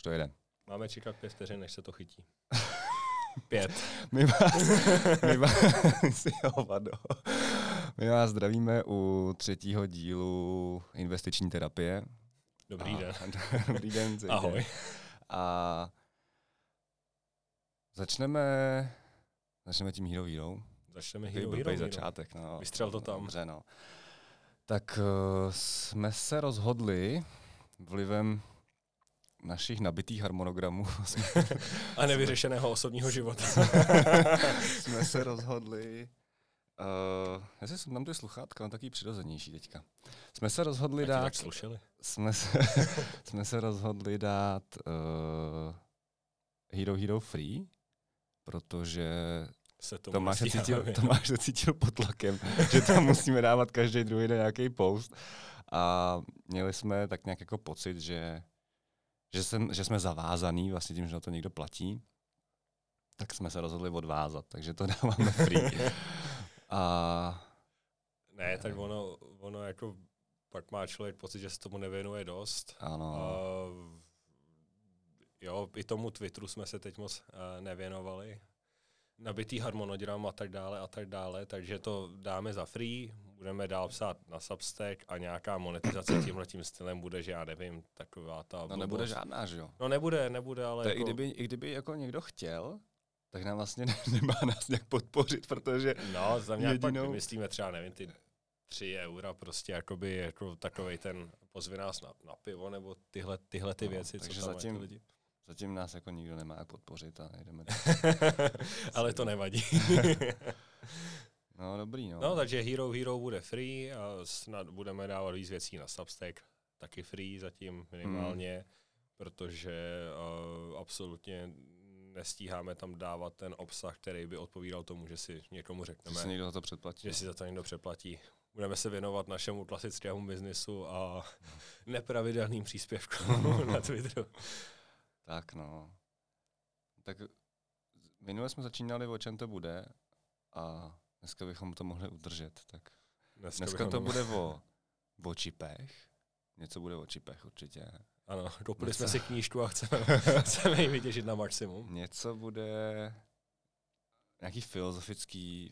to jede. Máme čekat 5 vteřin, než se to chytí. 5. My vás zdravíme u 3. dílu investiční terapie. Dobrý den. Dobrý den. Ahoj. A začneme tím Hero. Začneme Hero. Začátek. No. Vystřel to tam. Dobře, no. Tak jsme se rozhodli vlivem našich nabitých harmonogramů a nevyřešeného osobního života. jsme se rozhodli, jestli jsem tam ty sluchátka, no taky přirozenější teďka. Jsme se rozhodli dát, jsme se rozhodli dát Hero Free, protože Tomáš se cítil pod tlakem, že tam musíme dávat každý druhý den nějaký post a měli jsme tak nějak jako pocit, že jsme zavázaný vlastně tím, že na to někdo platí, tak jsme se rozhodli odvázat, takže to dáváme free. Ne, tak ono jako pak má člověk pocit, že se tomu nevěnuje dost. Ano. Jo, i tomu Twitteru jsme se teď moc nevěnovali. Nabitý harmonogram a tak dále, takže to dáme za free, budeme dál psát na Substack a nějaká monetizace tímhletím stylem bude, že já nevím, taková ta blbost. No nebude žádná, že jo? No nebude, ale to jako... I kdyby jako někdo chtěl, tak nám vlastně nemá nás nějak podpořit, protože no, za mě pak vymyslíme třeba, nevím, ty 3 eura prostě jakoby jako takovej ten pozvi nás na pivo nebo tyhle ty věci, co tam mají ty lidi. Zatím nás jako nikdo nemá jak podpořit a nejdeme. Ale to nevadí. No dobrý, no. No, takže Hero bude free a snad budeme dávat víc věcí na Substack, taky free zatím minimálně, protože absolutně nestíháme tam dávat ten obsah, který by odpovídal tomu, že si někomu řekneme, že si někdo za to předplatí. Že si za to někdo přeplatí. Budeme se věnovat našemu klasickému biznisu a nepravidelným příspěvkům na Twitteru. Tak no. Tak minule jsme začínali, o čem to bude a dneska bychom to mohli udržet. Tak dneska to bude o čipech. Něco bude o čipech určitě. Ano, koupili jsme si knížku a chceme ji vytěžit na maximum. Něco bude nějaký filozofický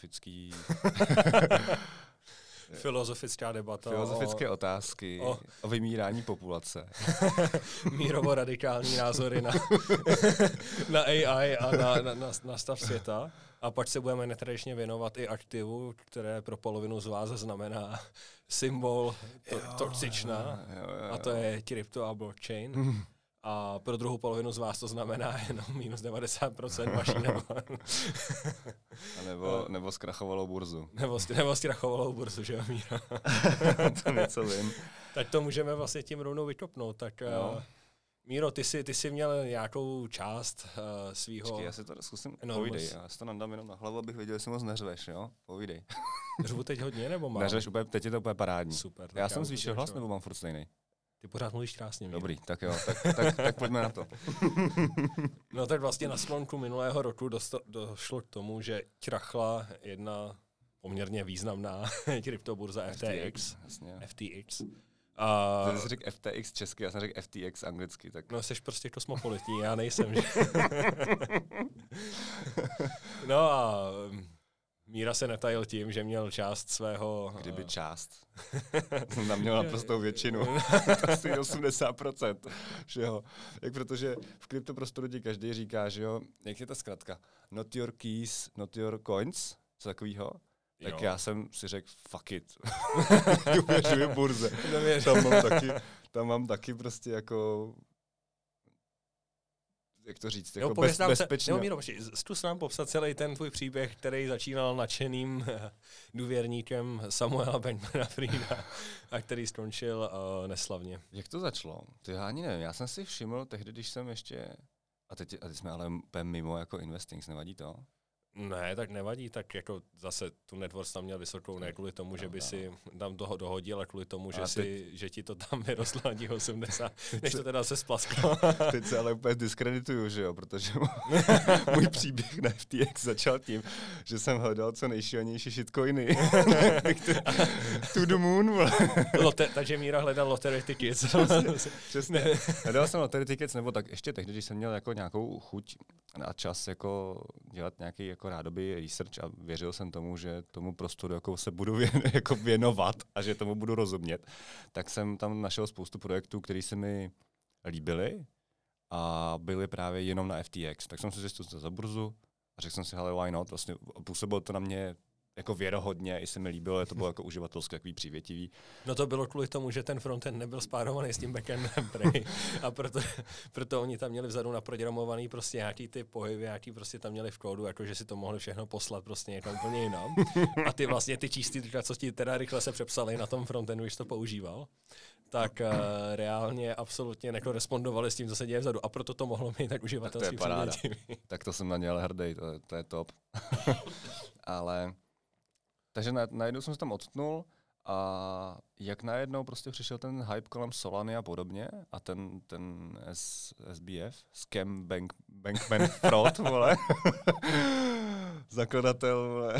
filozofická debata. Filozofické otázky o vymírání populace. Mírovo-radikální názory na AI a na stav světa. A pak se budeme netradičně věnovat i aktivu, které pro polovinu z vás znamená symbol toxična. A to je krypto a blockchain. A pro druhou polovinu z vás to znamená jenom minus 90% vaší nebo zkrachovalou burzu. Nebo zkrachovalou burzu, že jo, Míro? To něco vím. Tak to můžeme vlastně tím rovnou vykopnout. Tak Míro, ty jsi měl nějakou část svýho... Počkej, já si to zkusím, povídej. Já si to nadám jenom na hlavu, abych věděl, jestli moc neřveš, jo? Povídej. Řvu teď hodně, nebo mám? Neřveš úplně, teď je to úplně parádní. Super. Já jsem zvýšil hlas, nebo mám furt stejný? Ty pořád mluvíš krásně. Míro. Dobrý, tak jo, tak pojďme na to. No tak vlastně na sklonku minulého roku došlo k tomu, že krachla jedna poměrně významná kryptoburza FTX. FTX. Ty jsi řekl FTX česky, já jsem řekl FTX anglicky. Tak... No, jsi prostě kosmopolitní, já nejsem, že? No a Míra se netajil tím, že měl část svého... Kdyby část. Jsem tam měl naprostou většinu. Asi 80%. Že jo. Jak protože v kryptoprostoru ti každý říká, že jo, jak je ta zkratka? Not your keys, not your coins, co takovýho. Tak já jsem si řekl, fuck it. Důvěřuji burze. Tam mám taky prostě jako... Jak to říct, jako bezpečně. Míro, zkus nám popsat celý ten tvůj příběh, který začínal nadšeným důvěrníkem Samuela Bankmana-Frieda a který skončil neslavně. Jak to začalo? To já ani nevím. Já jsem si všiml tehdy, když jsem ještě... A teď jsme ale úplně mimo jako Investings, nevadí to? Ne, tak nevadí, tak jako zase tu networth tam měl vysokou, ne kvůli tomu, že by si tam toho dohodil, ale kvůli tomu, že ti to tam vyrostlo na těch 80, než to teda se splasklo. Teď se ale úplně diskredituju, že jo, protože můj příběh na FTX začal tím, že jsem hledal co nejšílenější shitcoiny. To the moon. Takže Míra hledal lottery tickets. Přesně. Hledal jsem lottery tickets, nebo tak ještě tehdy, když jsem měl jako nějakou chuť a čas jako dělat nějaký jako rádoby research a věřil jsem tomu, že tomu prostoru jako se budu jako věnovat a že tomu budu rozumět, tak jsem tam našel spoustu projektů, které se mi líbily a byly právě jenom na FTX. Tak jsem si zjistil za burzu a řekl jsem si, hele, why not? Vlastně působilo to na mě jako věrohodně, i se mi líbilo, je to bylo jako uživatelsky takový přívětivý. No to bylo kvůli tomu, že ten frontend nebyl spárovaný s tím backendem prej. A proto oni tam měli vzadu naprogramovaný prostě nějaký ty pohyby, nějaký prostě tam měli v kódu, jako že si to mohli všechno poslat prostě někam úplně jinam. A ty vlastně ty čísty, co ti teda rychle se přepsali na tom frontendu, když to používal, tak reálně absolutně nekorespondovali s tím, co se děje vzadu. A proto to mohlo být tak uživatelsky přívětivý. Tak to jsem na ně hrdý, to je top. Ale takže najednou jsem se tam odtnul a jak najednou prostě přišel ten hype kolem Solany a podobně a ten SBF, Scam Bankman Fraud, vole, zakladatel vole,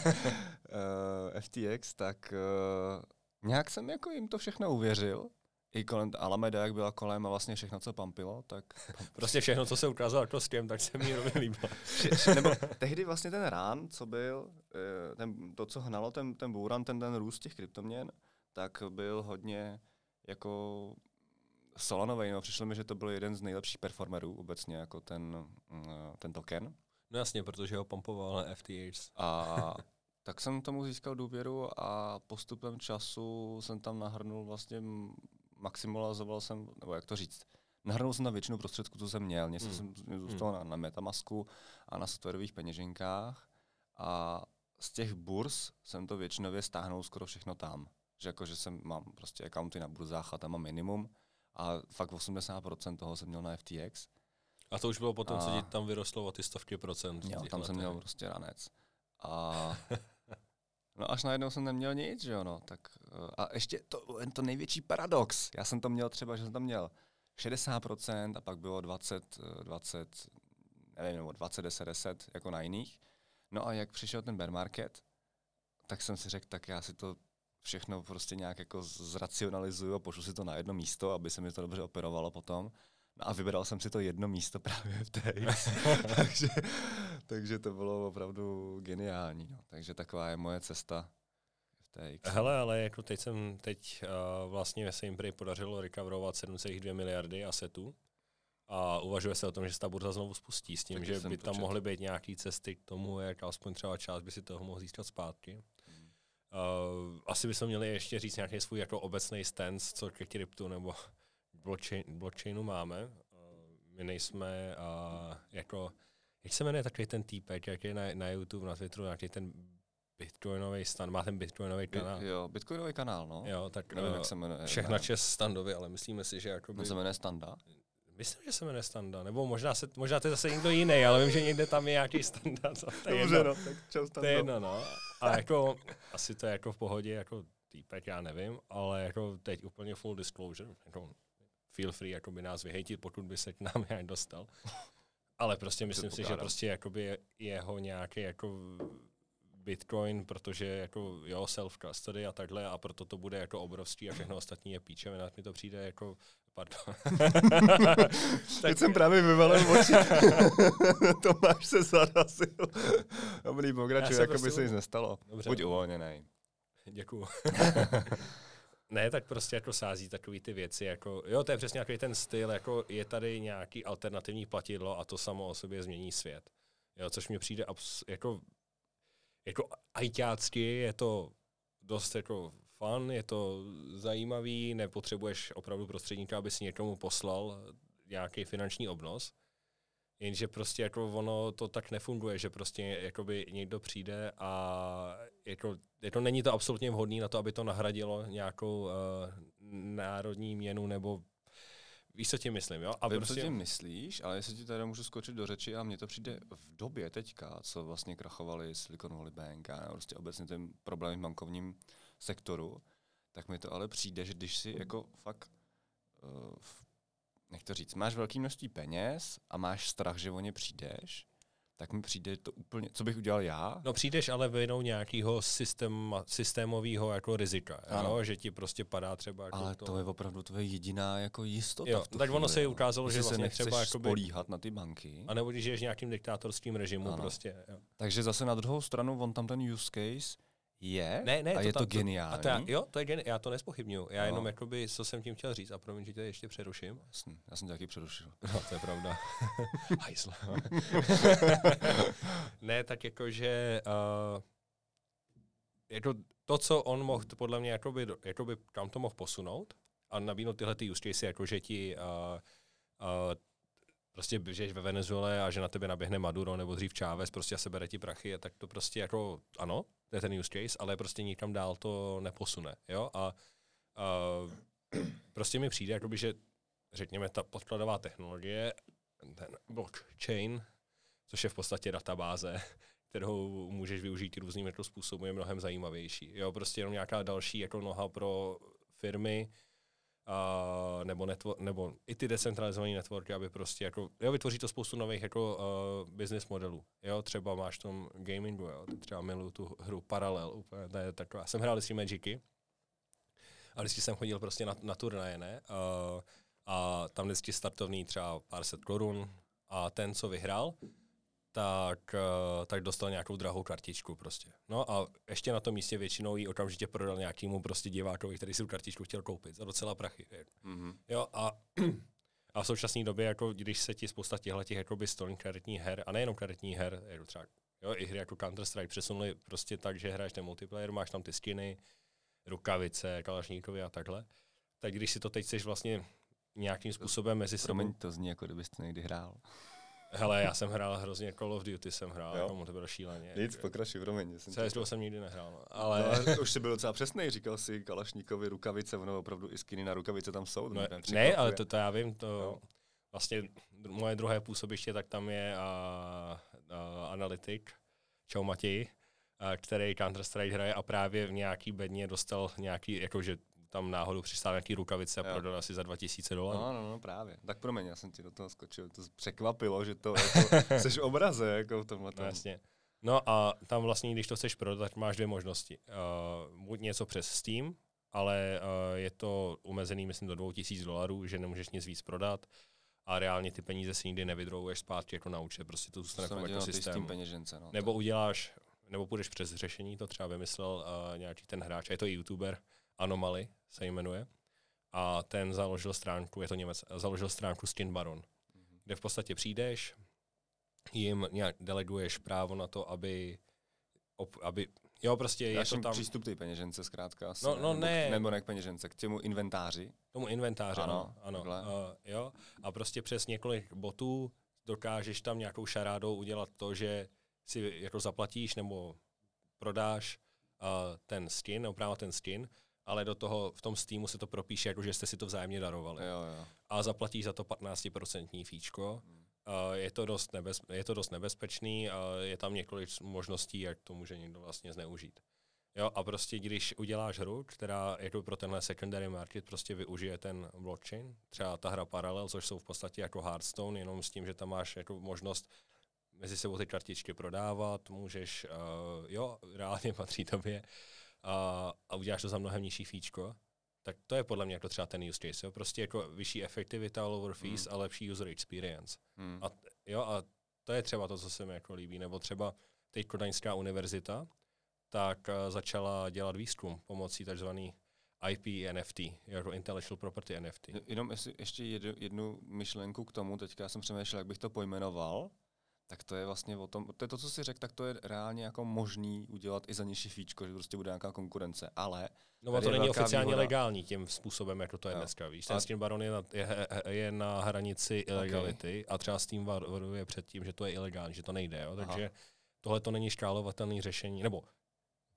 FTX, tak nějak jsem jako jim to všechno uvěřil. I kolem Alameda, jak byla kolem a vlastně všechno, co pumpilo, tak... Prostě všechno, co se ukázalo jako scam, tak se mi rovně líbilo. Nebo tehdy vlastně ten rán, co byl, to, co hnalo ten bůran, ten růst těch kryptoměn, tak byl hodně jako Solanovej. No, přišlo mi, že to byl jeden z nejlepších performerů obecně, jako ten token. No jasně, protože ho pumpoval FTX. A tak jsem tomu získal důvěru a postupem času jsem tam nahrnul vlastně maximalizoval jsem, nebo jak to říct, nahrnul jsem na většinu prostředků, co jsem měl. Něco jsem zůstal na Metamasku a na softwarových peněženkách a z těch burz jsem to většinově stáhnul skoro všechno tam. Že mám prostě accounty na burzách a tam mám minimum a fakt 80% toho jsem měl na FTX. A to už bylo potom, co ti tam vyrostlo o ty 100%. Jo, tam jsem měl prostě ranec. A no až najednou jsem neměl nic, že jo, no, tak a ještě to největší paradox, já jsem to měl třeba, že jsem tam měl 60% a pak bylo 20, nevím, nebo 20, 10, jako na jiných. No a jak přišel ten bear market, tak jsem si řekl, tak já si to všechno prostě nějak jako zracionalizuju a pošlu si to na jedno místo, aby se mi to dobře operovalo potom. No a vybral jsem si to jedno místo právě v té. takže to bylo opravdu geniální. No. Takže taková je moje cesta v té. Hele, ale jako teď vlastně se jim prý podařilo recoverovat 7,2 miliardy asetů a uvažuje se o tom, že se ta burza znovu spustí s tím, tak že by tam mohly být nějaké cesty k tomu, jak alespoň třeba část by si toho mohl získat zpátky. Asi bychom měli ještě říct nějaký svůj jako obecný stance, co ke kryptu nebo blockchainu máme. My nejsme jako, jak se jmenuje takový ten týpek, jak je na YouTube, na Twitteru, nějaký ten bitcoinový stand, má ten bitcoinový kanál. Jo, bitcoinový kanál, no. Jo, tak nevím, jak se jmenuje. Všechna čest standovi, ale myslíme si, že jakoby... Se jmenuje Standa? Myslím, že se jmenuje Standa, nebo možná to je zase někdo jiný, ale vím, že někde tam je nějaký Standa. Dobře, no, tak čau Standa. To je jedno, no. A jako, asi to je jako v pohodě, jako týpek, já nevím, ale jako teď úplně full disclosure, jako feel free jakoby nás vyhejtit, pokud by se k nám nějak dostal. Ale prostě myslím si, že prostě jakoby jeho nějaký jako Bitcoin, protože jako jo, self-custody a takhle a proto to bude jako obrovský a všechno ostatní je píčevina, mi to přijde jako, pardon. Teď jsem právě vyvalil oči. Tomáš se zarazil. Dobrý, pokračuj, jako by se nic nestalo. Dobře. Buď uvolněnej. Děkuju. Ne, tak prostě jako sází takový ty věci, jako, jo, to je přesně nějaký ten styl, jako je tady nějaký alternativní platidlo a to samo o sobě změní svět. Jo, což mi přijde jako ajťácky, je to dost jako fun, je to zajímavý, nepotřebuješ opravdu prostředníka, aby si někomu poslal nějaký finanční obnos, jenže prostě jako ono to tak nefunguje, že prostě jakoby někdo přijde a jako není to absolutně vhodný na to, aby to nahradilo nějakou národní měnu nebo víš, co tím myslím, jo? A vím, prostě... co tím myslíš, ale jestli ti tady můžu skočit do řeči a mně to přijde v době teďka, co vlastně krachovali Silicon Valley Bank a prostě obecně ten problém v bankovním sektoru, tak mi to ale přijde, že když si jako fakt, nech to říct, máš velké množství peněz a máš strach, že o ně přijdeš, tak mi přijde to úplně, co bych udělal já? No přijdeš ale vinou nějakého systémového jako rizika, jo? Že ti prostě padá třeba jako ale to je opravdu tvoje jediná jako jistota. Jo, tak ono se ukázalo, že vlastně se třeba spolíhat na ty banky. A nebo když žiješ v nějakým diktátorským režimu prostě. Jo. Takže zase na druhou stranu, on tam ten use case je ne, a je to geniální. To je geniální, já to nespochybnuju. Já jenom jakoby, co jsem tím chtěl říct, a promiň, že tě ještě přeruším. Jasně, já jsem tě taky přerušil. No, to je pravda. Hajsla. Ne, tak jakože jako to, co on mohl, podle mě, jakoby kam to mohl posunout a nabídnout tyhle ty use case, jako že ti prostě žiješ ve Venezuele a že na tebe naběhne Maduro nebo dřív Chávez prostě a sebere ti prachy, tak to prostě jako, ano, to je ten use case, ale prostě nikam dál to neposune, jo, a prostě mi přijde, jakoby, že řekněme ta podkladová technologie, ten blockchain, což je v podstatě databáze, kterou můžeš využít různým jako způsobem, je mnohem zajímavější, jo, prostě jenom nějaká další jako noha pro firmy, nebo i ty decentralizované networky, aby prostě jako, jo, vytvoří to spoustu nových jako business modelů, jo, třeba máš v tom gamingu, jo, třeba miluju tu hru Parallel, úplně, to je taková, jsem hrál si Magicy a vždycky jsem chodil prostě na turnaje, ne, a tam vždycky startovný třeba pár set korun a ten, co vyhrál, tak dostal nějakou drahou kartičku prostě. No a ještě na tom místě většinou ji okamžitě prodal nějakému prostě divákovi, který si tu kartičku chtěl koupit za docela prachy. Mm-hmm. Jo, a v současné době, jako když se ti spousta těchto jakoby stolních karetních her, a nejenom karetních her, jako třeba jo, i hry jako Counter-Strike přesunuli prostě tak, že hraješ ten multiplayer, máš tam ty skiny, rukavice, kalašníkovi a takhle, tak když si to teď chceš vlastně nějakým způsobem mezi sebou... Promiň, to zní, jako kdybyste někdy hrál. Hele, já jsem hrál hrozně Call of Duty, jsem hrál, tomu to bylo šíleně. Nic, pokračuj, promiň. CS:GO jsem nikdy nehrál, no. Ale... No, už jsi byl docela přesnej, říkal si Kalašníkovi rukavice, ono opravdu i skiny na rukavice tam jsou. No, ne, ale to já vím, to vlastně moje druhé působiště, tak tam je analytik, čau Matěj, který Counter-Strike hraje a právě v nějaký bedně dostal nějaký, jakože tam náhodou přistál nějaký rukavice a prodal asi za $2000. No, právě. Tak promiň, já jsem ti do toho skočil. To překvapilo, že to jako, seš v obraze jako v tomhle. No, jasně. No a tam vlastně, když to chceš prodat, máš dvě možnosti. Buď něco přes Steam, ale je to omezený, myslím, do $2000, že nemůžeš nic víc prodat a reálně ty peníze si nikdy nevydrouješ zpátky jako na účet, prostě to zůstane v ekosystému. Nebo uděláš, nebo půjdeš přes řešení, to třeba vymyslel nějaký ten hráč, a je to YouTuber, Anomaly se jmenuje, a ten založil stránku, je to Němec, založil stránku Skin Baron, kde v podstatě přijdeš, jim nějak deleguješ právo na to, aby jo, prostě je to tam... přístup té peněžence zkrátka asi, nebo ne k peněžence, k těmu inventáři. Tomu inventáři, ano. Jo, a prostě přes několik botů dokážeš tam nějakou šarádou udělat to, že si jako zaplatíš nebo prodáš ten skin, nebo právě ten skin, ale do toho v tom Steamu se to propíše, jako že jste si to vzájemně darovali. Jo. A zaplatíš za to 15% fíčko. Je to dost nebezpečný, je tam několik možností, jak to může někdo vlastně zneužít. Jo, a prostě když uděláš hru, která jako pro tenhle secondary market prostě využije ten blockchain, třeba ta hra Parallel, což jsou v podstatě jako Hearthstone, jenom s tím, že tam máš jako možnost mezi sebou ty kartičky prodávat, můžeš, reálně patří tobě, a uděláš to za mnohem nižší fíčko, tak to je podle mě jako třeba ten use case, jo? Prostě jako vyšší efektivita all over fees a lepší user experience. A to je třeba to, co se mi jako líbí, nebo třeba teď Kodaňská univerzita, tak začala dělat výzkum pomocí takzvaný IP NFT, jako Intellectual Property NFT. Jenom ještě jednu myšlenku k tomu, teďka jsem přemýšlel, jak bych to pojmenoval, tak to je vlastně o tom, to je to, co jsi řekl, tak to je reálně jako možný udělat i za nižší fíčko, že prostě bude nějaká konkurence, ale... No to není oficiálně legální tím způsobem, jako to je dneska, víš. Ten Skin Baron je na hranici ilegality a třeba Steam varuje před tím, že to je ilegální, že to nejde, jo. Takže tohle to není škálovatelné řešení, nebo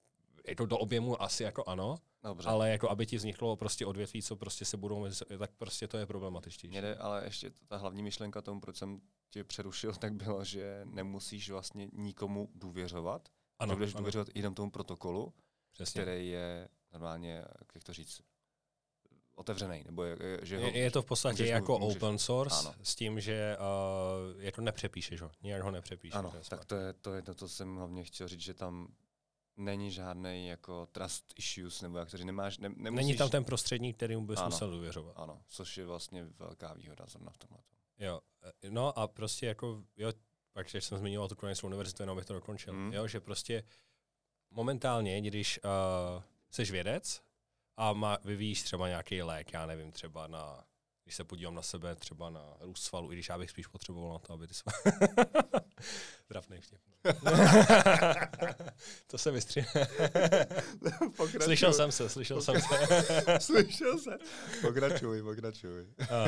jako do objemu asi jako ano, Dobře. ale jako aby ti vzniklo prostě odvětví, co prostě se budou, tak prostě to je problematičtější. Mě jde, ale ještě ta hlavní myšlenka tomu, proč jsem tě přerušil, tak bylo, že nemusíš vlastně nikomu důvěřovat, Ano, že budeš ano. důvěřovat jenom tomu protokolu, Přesně. který je normálně, jak to říct, otevřený, nebo že Je to v podstatě můžeš jako můžeš, open source ano. s tím, že jako nepřepíšeš ho, nijak ho nepřepíšeš. Ano, tak to je to, co jsem hlavně chtěl říct, že tam není žádný jako trust issues, nebo jak to říct, nemusíš... Není tam ten prostředník, kterým bys Ano. musel důvěřovat. Ano, což je vlastně velká výhoda zrovna v tomhle. Jo, no a prostě jako, jo, pak když jsem zmiňoval tu Kronickou univerzitu, jenom bych to dokončil, jo, že prostě momentálně, když seš vědec a vyvíjíš třeba nějaký lék, já nevím, třeba na, když se podívám na sebe, třeba na růst svalů, i když já bych spíš potřeboval na to, aby ty svaly... Trapnej vtip. To se vystřihne. Slyšel jsem se. Slyšel se. Pokračuj.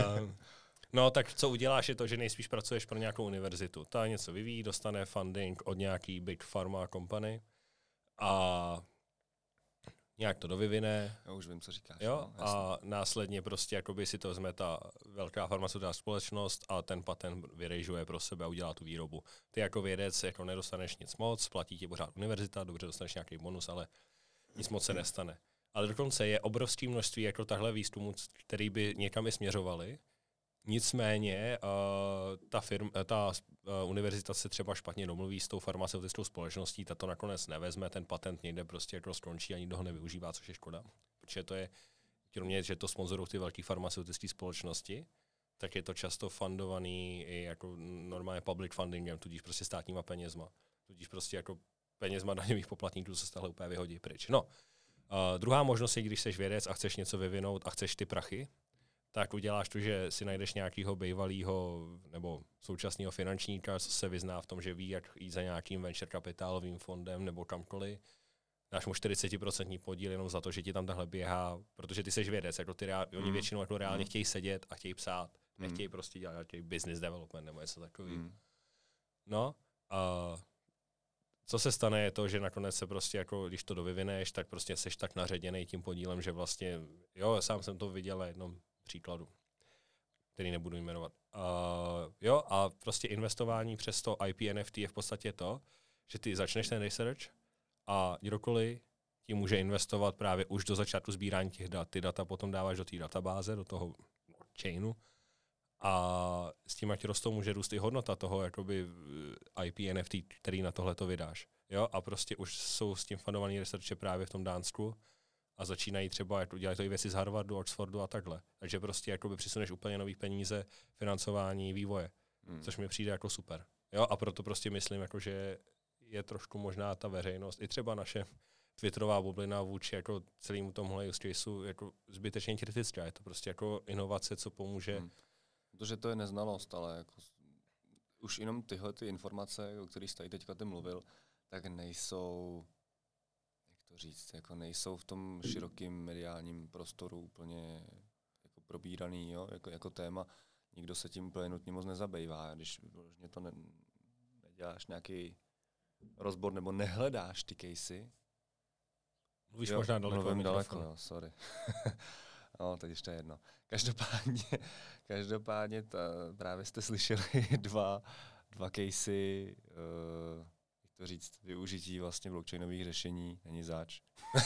No tak co uděláš je to, že nejspíš pracuješ pro nějakou univerzitu. Ta něco vyvíjí, dostane funding od nějaký big pharma company a nějak to dovyvine. Já už vím, co říkáš. Jo, No, a následně prostě jakoby si to vezme ta velká farmaceutická společnost a ten patent vyrejžuje pro sebe a udělá tu výrobu. Ty jako vědec jako nedostaneš nic moc, platí ti pořád univerzita, dobře dostaneš nějaký bonus, ale nic moc se nestane. Ale dokonce je obrovské množství jako tahle výzkumů, který by někam i směřovaly. Nicméně ta univerzita se třeba špatně domluví s tou farmaceutickou společností, ta to nakonec nevezme, ten patent někde prostě jako skončí a nikdo ho nevyužívá, což je škoda. Protože to je, kromě, že to sponzorují ty velké farmaceutické společnosti, tak je to často fundovaný i jako normálně public fundingem, tudíž prostě státníma penězma. Tudíž prostě jako penězma daňových poplatníků se stále úplně vyhodí pryč. No, druhá možnost je, když jsi vědec a chceš něco vyvinout a chceš ty prachy, tak uděláš to, že si najdeš nějakého bývalého nebo současného finančníka, co se vyzná v tom, že ví, jak jít za nějakým venture kapitálovým fondem nebo kamkoliv. Dáš mu 40% podíl jenom za to, že ti tam tahle běhá, protože ty seš vědec, jako oni většinou jako reálně chtějí sedět a chtějí psát, nechtějí prostě dělat nějaký business development nebo něco takového. No, co se stane je to, že nakonec se prostě jako, když to dovyvineš, tak prostě seš tak naředěnej tím podílem, že vlastně, jo, sám jsem to viděl na jednom příkladu, který nebudu jmenovat. Jo, a prostě investování přes to IP NFT je v podstatě to, že ty začneš ten research a kdokoliv ti může investovat právě už do začátku sbírání těch dat. Ty data potom dáváš do té databáze, do toho chainu a s tím, ať rostou, může růst i hodnota toho jakoby IP NFT, který na tohle to vydáš. Jo, a prostě už jsou s tím fundovaný researche právě v tom Dánsku a začínají třeba, jako dělají to i věci z Harvardu, Oxfordu a takhle. Takže prostě jakoby přisuneš úplně nový peníze, financování, vývoje, což mi přijde jako super. Jo, a proto prostě myslím, jako, že je trošku možná ta veřejnost, i třeba naše Twitterová bublina vůči jako celému tomuhle use caseu jako zbytečně kritická. Je to prostě jako inovace, co pomůže. Protože to je neznalost, ale jako už jenom tyhle ty informace, o kterých jsi tady teďka mluvil, tak nejsou, jak to říct, jako nejsou v tom širokém mediálním prostoru úplně jako probíraný, jo, jako téma. Nikdo se tím úplně nutně moc nezabývá. Když vlastně to neděláš nějaký rozbor nebo nehledáš ty casey. Mluvíš možná daleko. Mluvím daleko, jo, sorry. No, teď ještě jedno. Každopádně právě jste slyšeli dva casey, jak to říct, využití vlastně blockchainových řešení, není zač.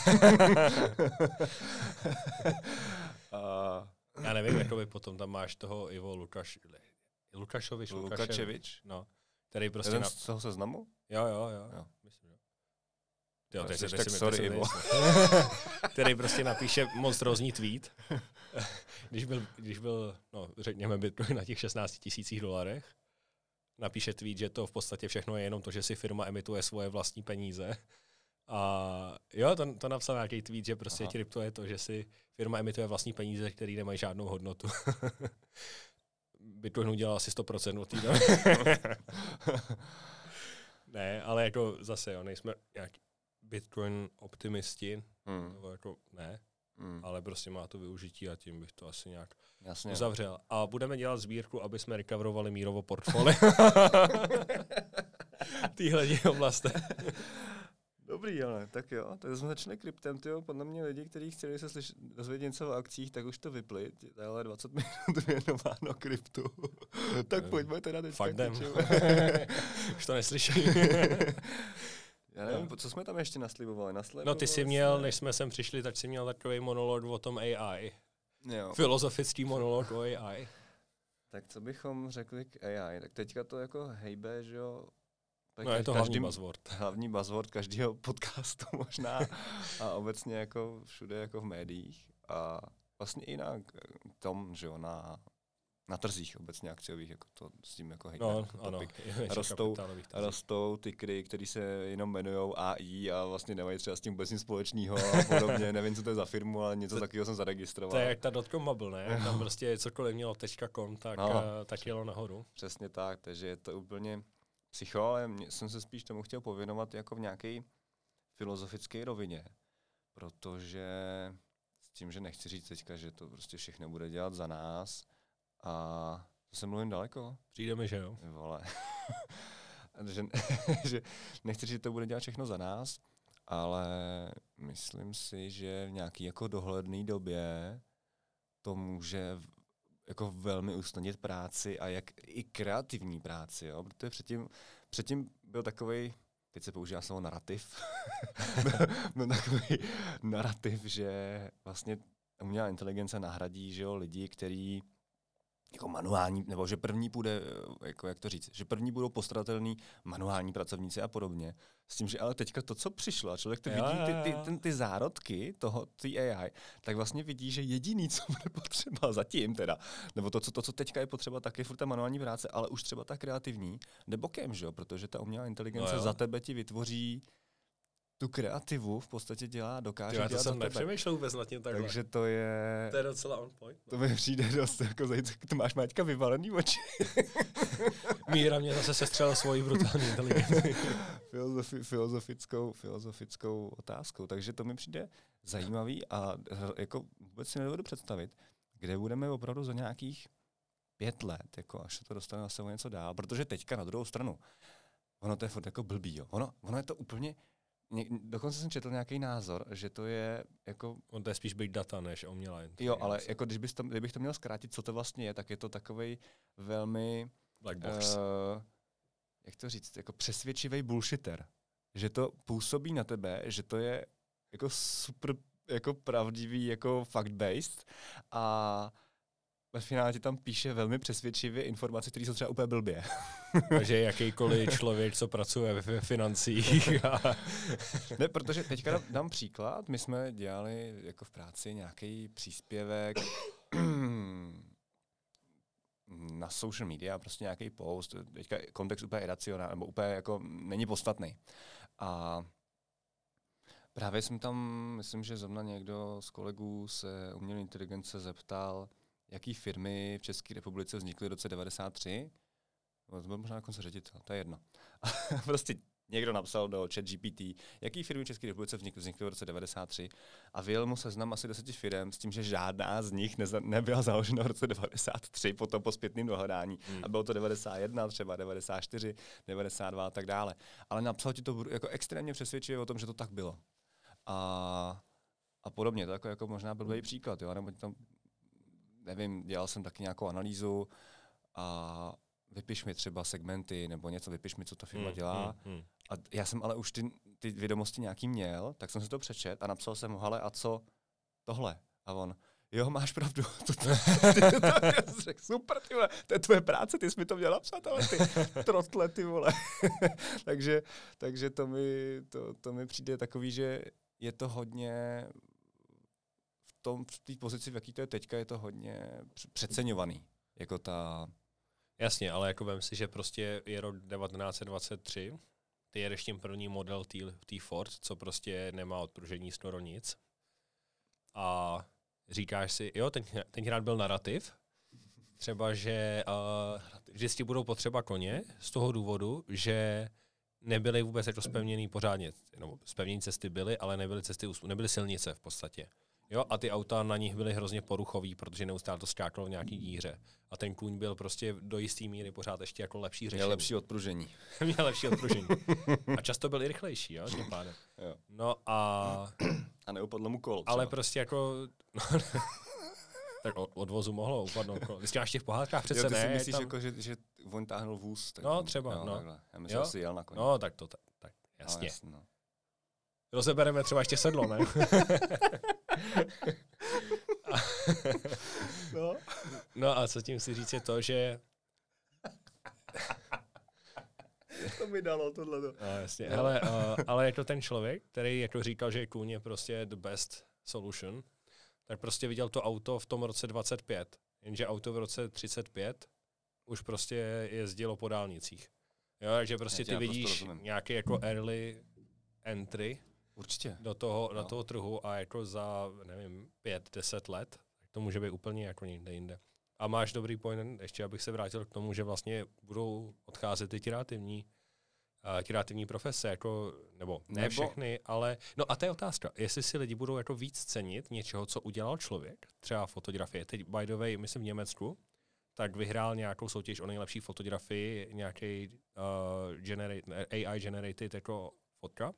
Já nevím, jakoby potom tam máš toho Ivo Lukaševič, no, který prostě... Jeden z toho seznamu? Jo. Myslím, že. Jo, tak sorry, Ivo. Který prostě napíše monstrózní tweet, když byl, no, řekněme, Bitcoin na těch $16,000, napíše tweet, že to v podstatě všechno je jenom to, že si firma emituje svoje vlastní peníze. A jo, to napsal nějaký tweet, že prostě krypto je to, že si firma emituje vlastní peníze, které nemají žádnou hodnotu. Bitcoin udělal asi 100% od té doby. Ne, ale jako zase, jo, nejsme nějak Bitcoin optimisti, nebo jako ne, ale prostě má to využití a tím bych to asi nějak uzavřel. A budeme dělat sbírku, aby jsme recoverovali mírovo portfolio. Týhle oblasti. Dobrý, ale tak jo, tak jsme začali kryptem, tyjo, podle mě lidi, kteří chtěli se dozvědět něco o akcích, tak už to vypli, ale 20 minut věnováno kryptu. Tak pojďme teda teďka Fuck them. Už to neslyším. Já nevím, co jsme tam ještě naslibovali. No ty jsi měl, než jsme sem přišli, tak jsi měl takový monolog o tom AI. Jo. Filozofický monolog o AI. Tak co bychom řekli k AI? Tak teďka to jako hejbe, že jo? No je to hlavní buzzword. Hlavní buzzword každého podcastu možná a obecně jako všude jako v médiích a vlastně i na tom, že jo, na trzích obecně akciových, jako to s tím jako hejbe. No, jako ano. Rostou tykry, které se jenom jmenujou AI a vlastně nemají třeba s tím vůbec nic společného a podobně. Nevím, co to je za firmu, ale něco takového jsem zaregistroval. To je jak ta dotcom bubble, ne? Tam prostě cokoliv mělo .com, tak jelo nahoru. Přesně tak, takže je to úplně psycho, ale jsem se spíš tomu chtěl pověnovat jako v nějaké filozofické rovině, protože s tím, že nechci říct teďka, že to prostě všechno bude dělat za nás a to se mluvím daleko. Přijdeme, že jo? Vole. že nechci říct, že to bude dělat všechno za nás, ale myslím si, že v nějaký jako dohledné době to může jako velmi usnadnit práci a jak i kreativní práci, jo? Protože předtím byl takovej, teď se používá slovo narrativ, byl takový narrativ, že vlastně umělá inteligence nahradí, že jo, lidi, kteří jako manuální, nebo že první bude, jako jak to říct, že první budou postradatelní manuální pracovníci a podobně. S tím, že ale teďka to, co přišlo, a člověk to vidí, ty zárodky toho, ty AI, tak vlastně vidí, že jediný, co bude potřeba zatím teda, nebo to, co teďka je potřeba, tak je furt ta manuální práce, ale už třeba ta kreativní, jde bokem, že jo, protože ta umělá inteligence za tebe ti vytvoří tu kreativu v podstatě dokáže dělat za tebe. To jsem nepřemýšlel vůbec nad tím takhle. Takže to je... To je docela on point. No. To mi přijde dost jako zajímavé. To máš Maťka vyvalený oči. Míra mě zase sestřelil svoji brutální inteligenci. filozofickou otázkou. Takže to mi přijde zajímavý a jako vůbec si nedovedu představit, kde budeme opravdu za nějakých 5 let, jako až se to dostane na sebou něco dál. Protože teďka na druhou stranu, ono to je furt jako blbý, jo. Ono je to úplně... Dokonce jsem četl nějaký názor, že to je jako... On to je spíš big data než umělá inteligence. Jo, ale jako kdybych to měl zkrátit, co to vlastně je, tak je to takovej velmi... Black box. Jak to říct? Jako přesvědčivý bullshitter. Že to působí na tebe, že to je jako super jako pravdivý, jako fact-based a ve finále ti tam píše velmi přesvědčivě informace, které jsou třeba úplně blbě. Takže jakýkoliv člověk, co pracuje ve financích. Ne, protože teďka dám příklad. My jsme dělali jako v práci nějaký příspěvek na social media, prostě nějaký post. Teďka kontext úplně iracionální, nebo úplně jako není podstatný. A právě jsem tam, myslím, že zrovna někdo z kolegů se umělé inteligence zeptal, jaký firmy v České republice vznikly v roce 93. To byl možná konce ředitel, to je jedno. Prostě někdo napsal do ChatGPT, jaký firmy v České republice vznikly v roce 93 a vyjel mu seznam asi 10 firm s tím, že žádná z nich nebyla založena v roce 93, potom po zpětném dohledání. A bylo to 91, třeba 94, 92 a tak dále. Ale napsal ti to jako extrémně přesvědčivě o tom, že to tak bylo. A podobně, to jako možná blbý příklad, jo, nebo tam nevím, dělal jsem taky nějakou analýzu a vypiš mi třeba segmenty nebo něco, vypiš mi, co ta firma dělá. A já jsem ale už ty vědomosti nějaký měl, tak jsem si to přečet a napsal jsem, hele, a co tohle? A on, jo, máš pravdu. Super, ty vole, to je tvoje práce, ty jsi mi to měl napsat, ale ty trotle, ty vole. takže to mi přijde takový, že je to hodně... v té pozici, v jaký to je teďka, je to hodně přeceňovaný. Jako ta... Jasně, ale jako vem si, že prostě je rok 1923, ty jedeš tím první model té Ford, co prostě nemá odpružení skoro nic. A říkáš si, jo, tenkrát byl narrativ, třeba, že vždycky budou potřeba koně z toho důvodu, že nebyly vůbec jako zpevněný pořádně, no, zpevnění cesty byly, ale nebyly silnice v podstatě. Jo, a ty auta na nich byly hrozně poruchový, protože neustále to skákalo v nějaký díře. A ten kůň byl prostě do jisté míry pořád ještě jako lepší řešení. Měl lepší odpružení. Měl lepší odpružení. A často byl i rychlejší, jo, tím pádem. Jo. No a... A neupadlo mu kolo. Ale prostě jako... tak od vozu mohlo upadnout kolo. Vy jste máš v těch pohádkách přece ty ne. si myslíš, tam... jako, že on táhnul vůz. Tak No, třeba, jo, no. Takhle. Já myslel, že si jel na koni. No, tak to, tak jasně. No, jasně no. Rozebereme třeba ještě sedlo, ne? No a co tím si říct je to, že... To mi dalo tohleto. No, jasně. Hele, ale jako ten člověk, který jako říkal, že kůň je prostě the best solution, tak prostě viděl to auto v tom roce 25, jenže auto v roce 35 už prostě jezdilo po dálnicích. Jo, takže prostě ty vidíš nějaký jako early entry Určitě. do toho trhu a jako za, nevím, 5-10 let, tak to může být úplně jako někde jinde. A máš dobrý point, ještě abych se vrátil k tomu, že vlastně budou odcházet ty kreativní profese, jako, nebo ne všechny, ale, no a to je otázka, jestli si lidi budou jako víc cenit něčeho, co udělal člověk, třeba fotografie. Teď, by the way, myslím v Německu, tak vyhrál nějakou soutěž o nejlepší fotografii, nějaký AI generated jako fotka.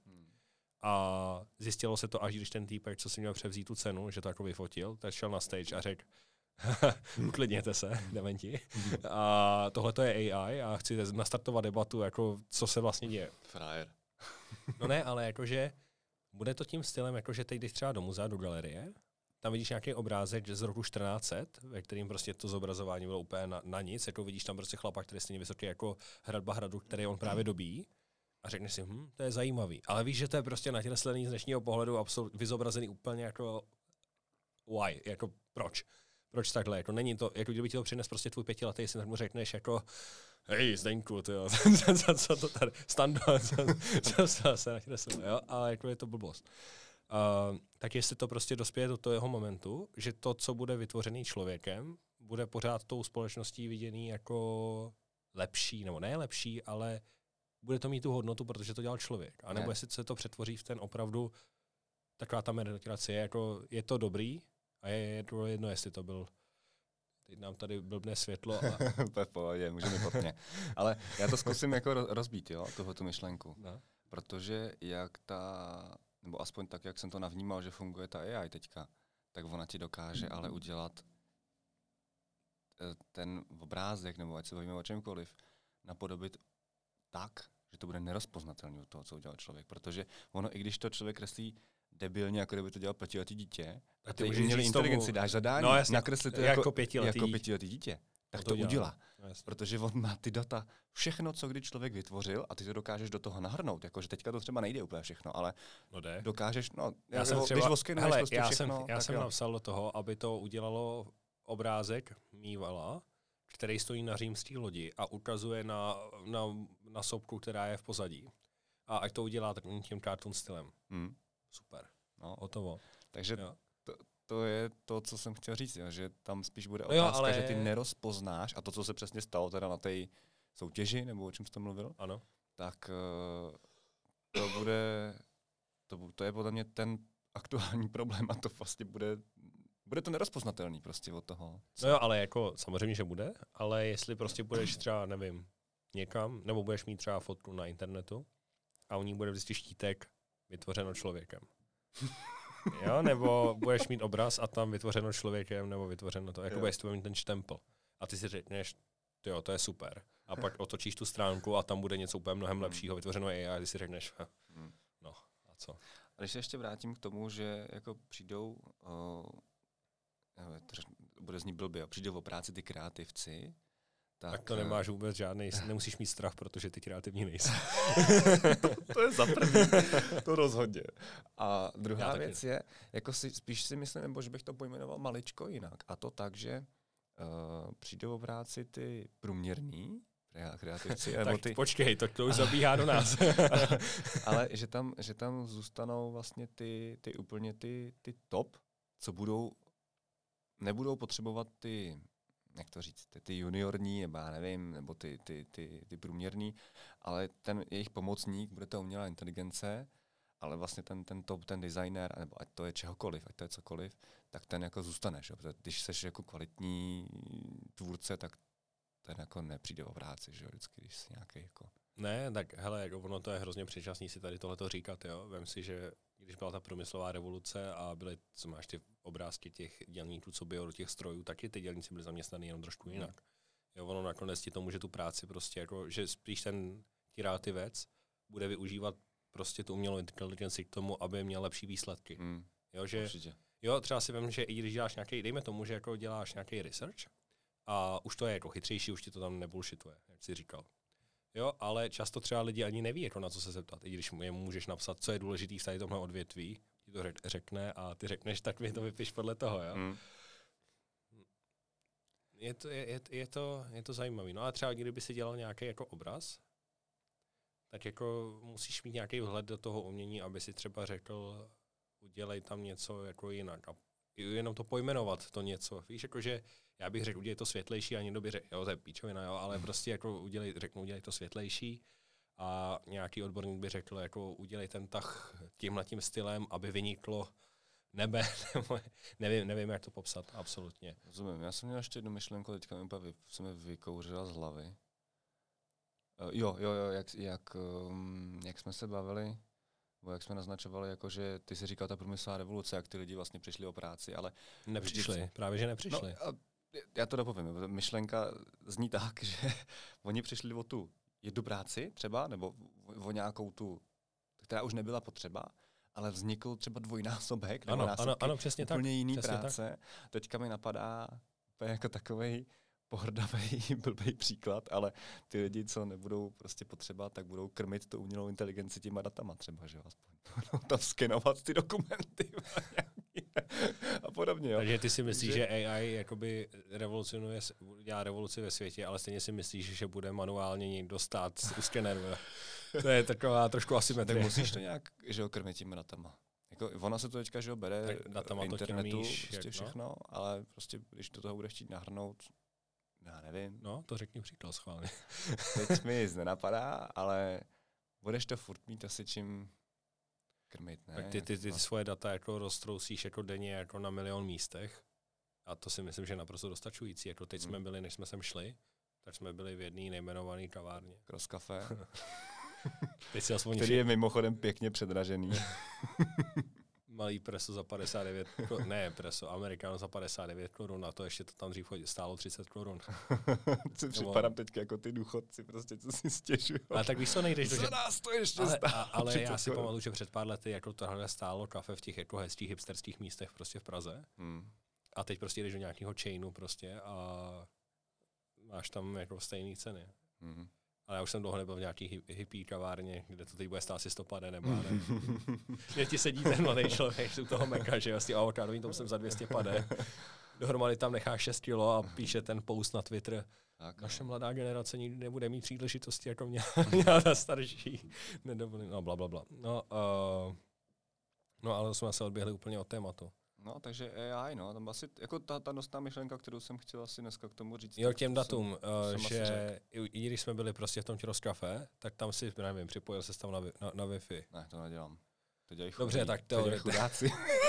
A zjistilo se to, až když ten týpek, co si měl převzít tu cenu, že to jako vyfotil, tak šel na stage a řekl, uklidněte se, dementi. A tohle to je AI a chci nastartovat debatu, jako co se vlastně děje. Frajer. No ne, ale jakože bude to tím stylem, jakože teď jdeš třeba do muzea, do galerie, tam vidíš nějaký obrázek z roku 1400, ve kterým prostě to zobrazování bylo úplně na nic, jako vidíš tam prostě chlapa, který je stejně vysoký jako hradba hradu, který on právě dobíjí. A řekneš si, to je zajímavý. Ale víš, že to je prostě nakreslený z dnešního pohledu vyzobrazený úplně jako why, jako proč. Proč takhle, jako není to, jako kdyby ti to přines prostě tvůj 5letý syn, tak mu řekneš jako hej, Zdeňku, tyjo, co to tady, Stando, co se nakreslil, jo, ale jako je to blbost. Tak jestli to prostě dospěje do toho momentu, že to, co bude vytvořený člověkem, bude pořád tou společností viděný jako lepší, nebo ne lepší, ale bude to mít tu hodnotu, protože to dělal člověk. A nebo jestli se to přetvoří v ten opravdu taková ta meritokracie, jako je to dobrý a je to jedno, jestli to byl. Teď nám tady blbne světlo. To je v pohodě, můžeme potně. Ale já to zkusím jako rozbít, jo, tu myšlenku. No. Protože nebo aspoň tak, jak jsem to navnímal, že funguje ta AI teďka, tak ona ti dokáže ale udělat ten obrázek, nebo ať se bavíme o čemkoliv, napodobit tak, že to bude nerozpoznatelný od toho, co udělal člověk. Protože ono, i když to člověk kreslí debilně, jako kdyby to dělal 5letý dítě, a ty umělý inteligenci dáš zadání, nakreslit to jako 5letý dítě, tak to udělá. No, protože on má ty data, všechno, co kdy člověk vytvořil, a ty to dokážeš do toho nahrnout. Jakože teďka to třeba nejde úplně všechno, ale dokážeš, já jsem napsal do toho, aby to udělalo obrázek mývala, který stojí na římské lodi a ukazuje na sopku, která je v pozadí. A ať to udělá takovým tím cartoon stylem. Super. No. Hotovo. Takže to je to, co jsem chtěl říct, že tam spíš bude otázka, že ty nerozpoznáš, a to, co se přesně stalo teda na té soutěži, nebo o čem jsi to mluvil, ano. Tak to bude, to je podle mě ten aktuální problém a to vlastně bude to nerozpoznatelný prostě od toho. No jo, ale jako samozřejmě, že bude, ale jestli prostě budeš třeba, nevím, někam, nebo budeš mít třeba fotku na internetu a u ní bude vždycky štítek vytvořeno člověkem. Jo, nebo budeš mít obraz a tam vytvořeno člověkem, nebo vytvořeno to, jako budeš to mít ten štempel. A ty si řekneš, jo, to je super. A pak otočíš tu stránku a tam bude něco úplně mnohem lepšího, vytvořeno AI, a ty si řekneš, no, a co? A když se ještě vrátím k tomu, že jako přijdou, bude znít blbě, přijdou o práci ty kreativci, tak to nemáš vůbec žádný, nemusíš mít strach, protože ty kreativní nejsou. to je za první, to rozhodně. A druhá věc je, jako spíš si myslím, nebo že bych to pojmenoval maličko jinak. A to tak, že přijdou o práci ty průměrní kreativci. Tak počkej, to už zabíhá do nás. Ale že tam zůstanou vlastně ty úplně ty top, co nebudou potřebovat ty, jak to říct, ty juniorní, nebo já nevím, nebo ty průměrní, ale ten jejich pomocník bude ta umělá inteligence ale vlastně ten top, ten designer, nebo ať to je čehokoliv, ať to je cokoliv, tak ten jako zůstaneš. Jo? Když seš jako kvalitní tvůrce, tak ten jako nepřijde o práci, že jo, vždycky, když jsi nějaký jako... Ne, tak hele, jako ono to je hrozně předčasný si tady tohleto říkat, jo. Vem si, že když byla ta průmyslová revoluce a byly, co máš ty obrázky těch dělníků, co bylo do těch strojů, taky ty dělníci byli zaměstnaný jenom trošku jinak. Jo, ono nakonec ti to může tu práci prostě, jako, že spíš ten kreativec bude využívat prostě tu umělou inteligenci k tomu, aby měl lepší výsledky. Jo, že, jo, třeba si vem, že i když děláš nějaký, dejme tomu, že jako děláš nějaký research a už to je jako chytřejší, už ti to tam nebullshituje, jak jsi říkal. Jo, ale často třeba lidi ani neví, jako na co se zeptat. I když mu můžeš napsat, co je důležitý v tady tomhle odvětví, ti to řekne a ty řekneš, tak mi to vypiš podle toho, jo. Je to zajímavý. No a třeba kdyby si dělal nějaký jako obraz, tak jako musíš mít nějaký vhled do toho umění, aby si třeba řekl, udělej tam něco jako jinak. A jenom to pojmenovat, to něco. Víš, jakože já bych řekl, udělej to světlejší a někdo by řekl, jo, to je píčovina, jo, ale prostě jako udělej to světlejší a nějaký odborník by řekl, jako udělej ten tah tímhletím stylem, aby vyniklo nebe, nevím, jak to popsat, absolutně. Rozumím, já jsem měl ještě jednu myšlenku, teďka se mi vykouřila z hlavy. Jo, jak jsme se bavili, nebo jak jsme naznačovali, jako, že ty si říkal ta průmyslová revoluce, jak ty lidi vlastně přišli o práci, ale... Nepřišli, právě že nepřišli. No, já to dopovím, myšlenka zní tak, že oni přišli o tu jednu práci třeba, nebo o nějakou tu, která už nebyla potřeba, ale vznikl třeba dvojnásobek, nebo ano, přesně úplně tak, jiný přesně práce. Tak. Teďka mi napadá jako takovej pohrdavej, blbej příklad, ale ty lidi, co nebudou prostě potřeba, tak budou krmit tu umělou inteligenci těma datama třeba, že jo, aspoň budou tam skenovat ty dokumenty a podobně, jo. Takže ty si myslíš, že AI jakoby dělá revoluci ve světě, ale stejně si myslíš, že bude manuálně někdo stát u skeneru. To je taková trošku asymetrie. Tak musíš to nějak, že jo, krmit těma datama. Jako, ona se to teďka, že jo, bere internetu, prostě všechno, ale prostě, když do toho budeš chtít nahrnout, já nevím. No, to řekni příklad schválně. Teď mi nic nenapadá, ale budeš to furt mít asi čím krmit, ne? Tak ty svoje data jako roztrousíš jako denně jako na milion místech a to si myslím, že je naprosto dostačující. Jako teď jsme byli, než jsme sem šli, tak jsme byli v jedné nejmenované kavárně. Cross Café. Který je mimochodem pěkně předražený. Malý preso za 59, ne preso, amerikáno za 59 korun a to ještě to tam dřív stálo 30 korun. Co připadám teď jako ty důchodci, prostě, co si stěžují. Ale tak víš, co nejdeš do... Za nás to ještě stálo. Ale já si pamatuju, že před pár lety jako tohle stálo kafe v těch jako hezkých hipsterských místech prostě v Praze. A teď prostě jdeš do nějakého chainu prostě a máš tam jako stejné ceny. Ale já už jsem dlouho nebyl v nějaký hippie kavárně, kde to teď bude stát asi 150 nebo ne. Kde ti sedí ten mladý člověk u toho meka, že vlastně avokádovým tom jsem za 250. Dohromady tam nechá 6 kilo a píše ten post na Twitter. Tak, naše mladá generace nikdy nebude mít příležitosti, jako měla ta starší. Nedovolím, no blablabla. No ale jsme se odběhli úplně od tématu. No, takže AI, no, tam asi, jako ta nosná myšlenka, kterou jsem chtěl asi dneska k tomu říct. Jo, k těm datům, že i když jsme byli prostě v tom Cross Café, tak tam si, nevím, připojil se tam na Wi-Fi. Ne, to nedělám. To dělají dobře, tak to dělají chudáci.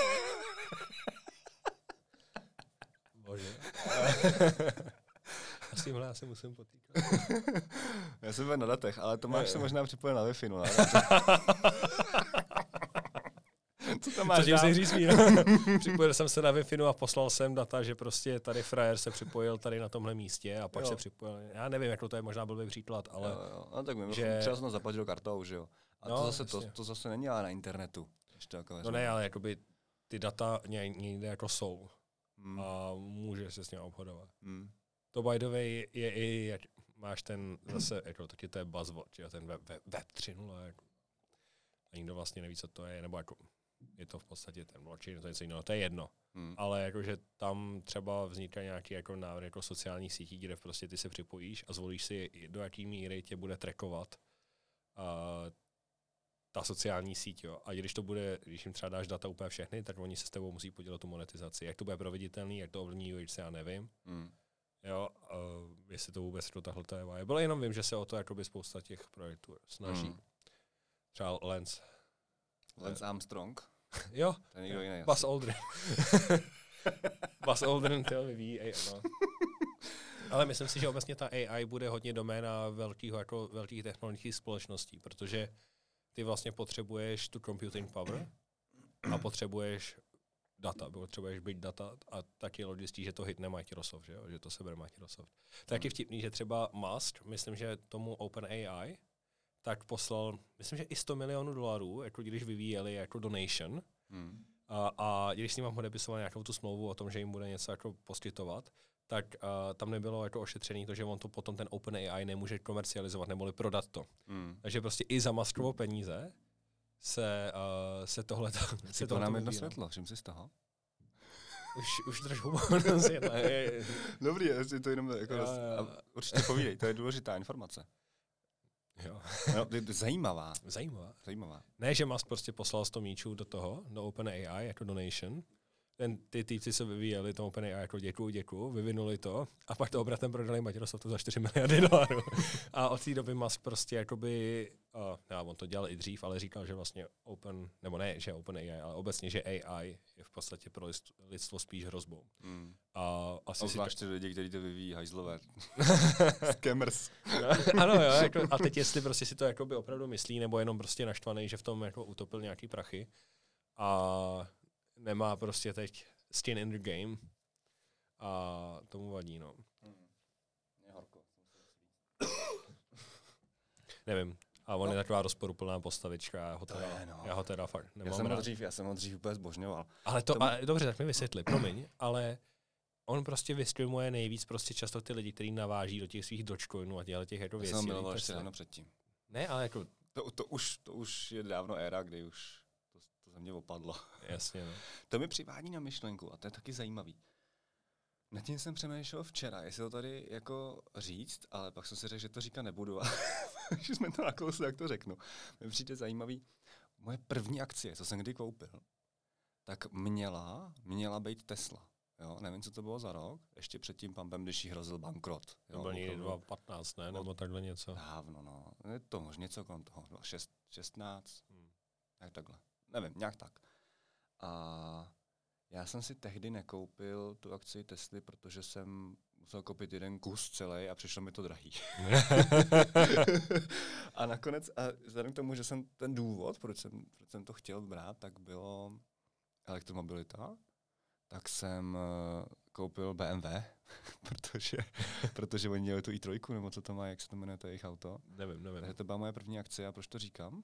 Bože. A s tímhle já se musím potýkat. Já jsem byl na datech, ale to máš se možná připojil na Wi-Fi, no. Co tam máš dál? Připojil jsem se na Wi-Fi a poslal jsem data, že prostě tady frajer se připojil tady na tomhle místě a pak se připojil. Já nevím, jak to je možná blbý příklad, ale... Jo. No tak že... třeba jsem to zaplatil kartou, že jo. A no, to zase není ale na internetu. No ne, ale jakoby ty data někde jako jsou. A můžeš se s ním obchodovat. To by the way je i, jak máš ten zase, jako taky to je buzzword, jo, ten web 3.0, jako. A nikdo vlastně neví, co to je, nebo jako je to v podstatě ten blockchain, to je něco jiného, to je jedno. Ale jakože tam třeba vzniká nějaký jako návrh jako sociálních sítí, kde prostě ty se připojíš a zvolíš si, do jaký míry tě bude trackovat ta sociální síť, jo. A když jim třeba dáš data úplně všechny, tak oni se s tebou musí podělat tu monetizaci. Jak to bude proveditelný, jak to ovlivní UX, já nevím. Jo, jestli to vůbec to tahle je. Bylo jenom vím, že se o to jakoby spousta těch projektů snaží. Třeba Lens. Lance Armstrong. Jo. To je někdo jiný. Buzz Aldrin. Buzz Aldrin to vyvíjí AI, no. Ale myslím si, že obecně ta AI bude hodně doména velkých technologických společností, protože ty vlastně potřebuješ tu computing power a potřebuješ potřebuješ big data a taky logický, že to hitne Microsoft, že to sebere Microsoft. Tak je vtipný, že třeba Musk, myslím, že tomu OpenAI, tak poslal, myslím, že i $100 milionů, jako když vyvíjeli jako donation, a když s ním mám odepisoval nějakou tu smlouvu o tom, že jim bude něco jako poskytovat, tak tam nebylo jako ošetřený to, že on to potom ten OpenAI nemůže komercializovat neboli prodat to. Takže prostě i za Muskovo peníze se tohle si to nám jedno světlo, všim si z toho? Už trošku Dobrý, jestli to jenom jako určitě povídej, to je důležitá informace. Jo. No, to je zajímavá. Ne, že Musk prostě poslal 100 míčů do OpenAI jako donation. Ty týpci se vyvíjeli tomu OpenAI jako děkuju, vyvinuli to a pak to obratem prodali Microsoftu za $4 miliardy. A od té doby Musk prostě jakoby, on to dělal i dřív, ale říkal, že vlastně že OpenAI, ale obecně, že AI je v podstatě pro lidstvo spíš hrozbou. A zvláště lidi, kteří to vyvíjí, hajzlové. Scammers. Ano, jo, jako, a teď jestli prostě si to jakoby opravdu myslí, nebo jenom prostě naštvaný, že v tom jako utopil nějaký prachy a nemá prostě teď skin in the game a tomu vadí, no. Je horko. Nevím. A on je taková rozporuplná postavička, já ho teda fakt nemám rád. Já jsem ho dřív úplně zbožňoval. Ale dobře, tak mi vysvětli, promiň, ale on prostě vystreamuje nejvíc prostě často ty lidi, kteří naváží do těch svých Dogecoinů a těch jako věcí. Já jsem miloval ještě dávno předtím. Ne, ale jako... To už je dávno éra, kdy už to ze mě opadlo. Jasně, no. To mi přivádí na myšlenku a to je taky zajímavý. Nad tím jsem přemýšlel včera, jestli to tady jako říct, ale pak jsem si řekl, že to říkat nebudu. Když jsme to nakousli, jak to řeknu. Mně přijde zajímavý. Moje první akcie, co jsem kdy koupil, tak měla být Tesla. Jo, nevím, co to bylo za rok. Ještě před tím pumpem, když jí hrozil bankrot. To byl někdy 2015, ne? Nebo takhle něco. Dávno, no. Je to možná něco kolem toho. 16. Jak takhle. Nevím, nějak tak. A já jsem si tehdy nekoupil tu akci Tesly, protože jsem musel koupit jeden kus celý a přišlo mi to drahý. A nakonec, a vzhledem k tomu, že jsem ten důvod, proč jsem to chtěl brát, tak bylo elektromobilita, tak jsem koupil BMW, protože oni měli tu i3, nebo co to má, jak se to jmenuje, to je jejich auto. Nevím. Takže to byla moje první akce a proč to říkám?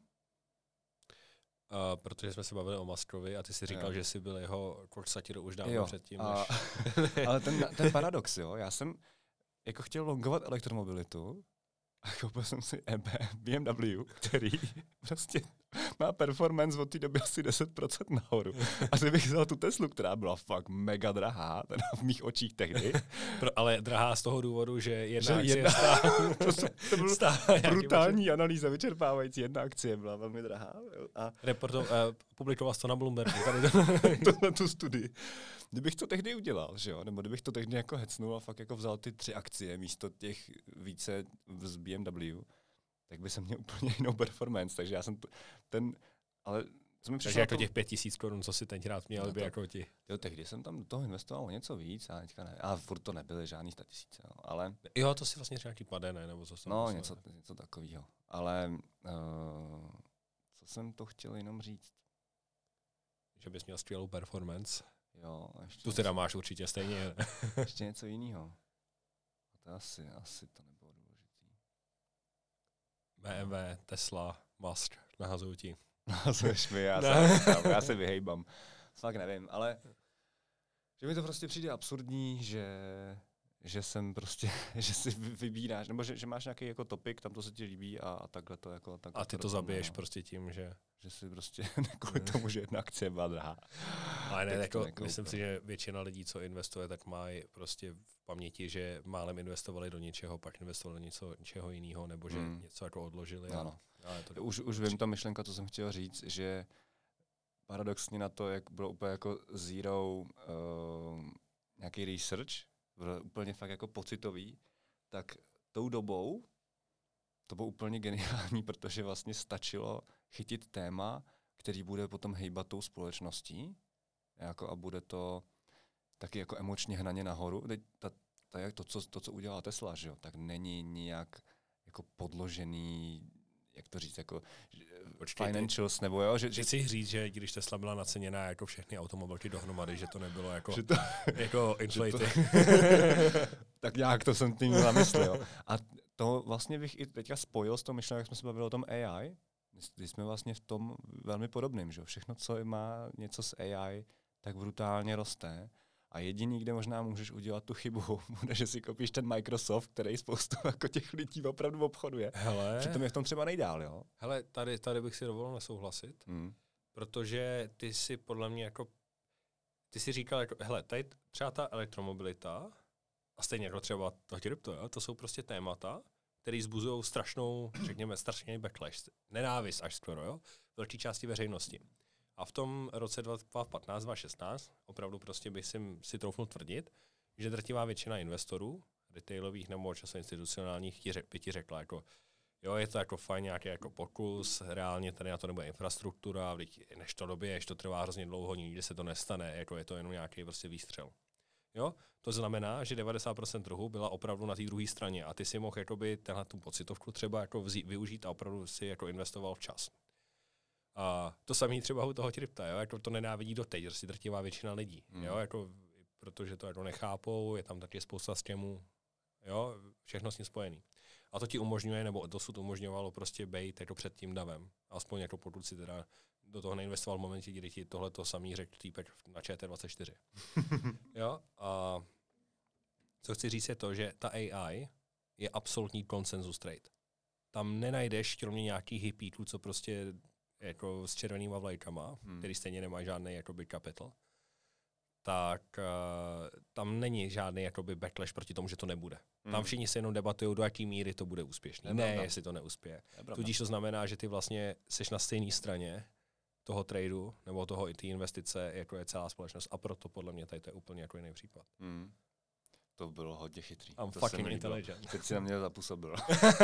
Protože jsme se bavili o Muskovi a ty si říkal, že jsi byl jeho satíru už dávno předtím. Ale ten paradox, jo, já jsem jako chtěl longovat elektromobilitu a koupil jsem si BMW, který prostě má performance od té doby asi 10% nahoru. A kdybych vzal tu Teslu, která byla fakt mega drahá, teda v mých očích tehdy. Ale drahá z toho důvodu, že jedna akcie to byl brutální analýza, vyčerpávající. Jedna akcie byla velmi drahá. A publikoval to na Bloombergu. Tohle tu studii. Kdybych to tehdy udělal, že jo? Nebo kdybych to tehdy jako hecnul a fakt jako vzal ty 3 akcie místo těch více z BMW, tak by jsem měl úplně jinou performance. Takže já jsem ale co mi přišlo... Takže jako těch 5 000 korun, co si tenkrát měl, by jako ti... Jo, tehdy jsem tam do toho investoval o něco víc, a teďka ne. A furt to nebyly žádný 100 000, ale... Jo, to si vlastně nějaký pade, ne? Nebo co jsem no, něco takového. Ale co jsem to chtěl jenom říct? Že bys měl skvělou performance. Jo, ještě... Tu teda máš určitě stejně. Ještě něco jiného. To asi to nebylo důležitý. BMW, Tesla, Musk, nahazuju ti. Nahazuješ mi, já se vyhejbám. Fakt nevím, ale že mi to prostě přijde absurdní, že jsem prostě, že si vybíráš, nebo že máš nějaký jako topik, tam to se ti líbí a takhle to jako... A ty to zabiješ prostě tím, že si prostě kvůli tomu, že jedna akcie byla drahá. Ale ne, jako, myslím si, že většina lidí, co investuje, tak mají prostě v paměti, že málem investovali do něčeho, pak investovali do něčeho jiného, nebo že něco jako odložili. Ano. Už vím ta myšlenka, co jsem chtěl říct, že paradoxně na to, jak bylo úplně jako zero nějaký research, úplně fakt jako pocitový, tak tou dobou to bylo úplně geniální, protože vlastně stačilo chytit téma, který bude potom hejbat tou společností jako a bude to taky jako emočně hnaně nahoru. Teď to, co udělala Tesla, že jo, tak není nijak jako podložený, jak to říct, jako financials, nebo jo, že chci říct, že když Tesla byla naceněná jako všechny automobilky dohromady, že to nebylo jako, že to, jako inflating. Tak nějak to jsem tím na mysli, jo. A to vlastně bych i teďka spojil s tou myšlenkou, jak jsme se bavili o tom AI, když jsme vlastně v tom velmi podobným, že všechno, co má něco s AI, tak brutálně roste. A jediný, kde možná můžeš udělat tu chybu, bude, že si koupíš ten Microsoft, který spoustu jako těch lidí opravdu obchoduje. Hele. Přitom je v tom třeba nejdál, jo? Hele, tady bych si dovolil nesouhlasit, protože ty si podle mě jako, ty si říkal jako, hele, tady třeba ta elektromobilita, a stejně jako třeba to krypto, jo, to jsou prostě témata, které vzbuzují strašnou, řekněme, strašný backlash, nenávist až skoro, jo, velké části veřejnosti. A v tom roce 2015-2016 opravdu prostě bych si troufnul tvrdit, že drtivá většina investorů, retailových nebo často institucionálních, by ti řekla jako, jo, je to jako fajn nějaký jako pokus, reálně tady na to nebude infrastruktura, než to doběješ, to trvá hrozně dlouho, nikdy se to nestane, jako je to jenom nějaký prostě výstřel. Jo? To znamená, že 90% trhu byla opravdu na té druhé straně a ty si mohl jakoby tenhle tu pocitovku třeba jako využít a opravdu si jako investoval včas. A to samé třeba u toho krypta, jo? Jako to nenávidí doteď, že si drtivá většina lidí, jo? Jako, protože to jako nechápou, je tam taky spousta skémů, jo? Všechno s tím spojený. A to ti umožňuje, nebo dosud umožňovalo prostě bejt jako před tím davem. Aspoň jako pokud si teda do toho neinvestoval v momentě, kdy ti tohle to samý řekl týpek na ČT24. Jo? A co chci říct je to, že ta AI je absolutní konsenzus trade. Tam nenajdeš kromě nějakých hippíků, co prostě jako s červenýma vlajkama, který stejně nemají žádný jakoby capital, tak tam není žádný jakoby backlash proti tomu, že to nebude. Tam všichni se jenom debatují, do jaký míry to bude úspěšný. Ne, jestli to neuspěje. Tudíž to znamená, že ty vlastně seš na stejné straně toho tradu, nebo toho i ty investice, jako je celá společnost. A proto podle mě tady to je úplně jako jiný případ. To bylo hodně chytrý. I'm fucking intelligent. Teď si na mě zapůsobil.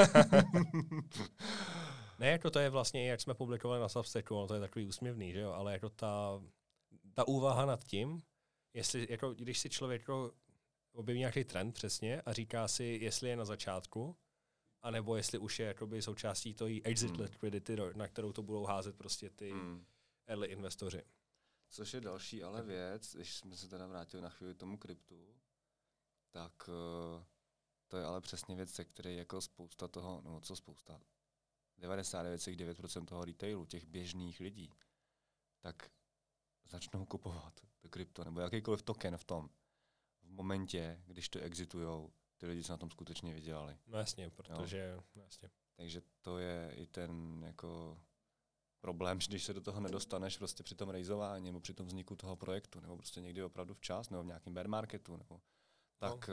Ne, jako to je vlastně, jak jsme publikovali na Substacku, no to je takový úsměvný, že jo, ale jako ta úvaha nad tím, jestli, jako, když si člověk jako objeví nějaký trend přesně a říká si, jestli je na začátku, anebo jestli už je jakoby součástí toho exit liquidity, na kterou to budou házet prostě ty early investoři. Což je další ale věc, když jsme se teda vrátili na chvíli tomu kryptu, tak to je ale přesně věc, se které jako spousta toho, no co spousta, 99,9% toho retailu, těch běžných lidí, tak začnou kupovat to krypto, nebo jakýkoliv token v tom. V momentě, když to exitujou, ty lidi se na tom skutečně vydělali. No jasně, protože, no jasně. Takže to je i ten jako problém, když se do toho nedostaneš prostě při tom rejzování, nebo při tom vzniku toho projektu, nebo prostě někdy opravdu včas, nebo v nějakém bear marketu, nebo tak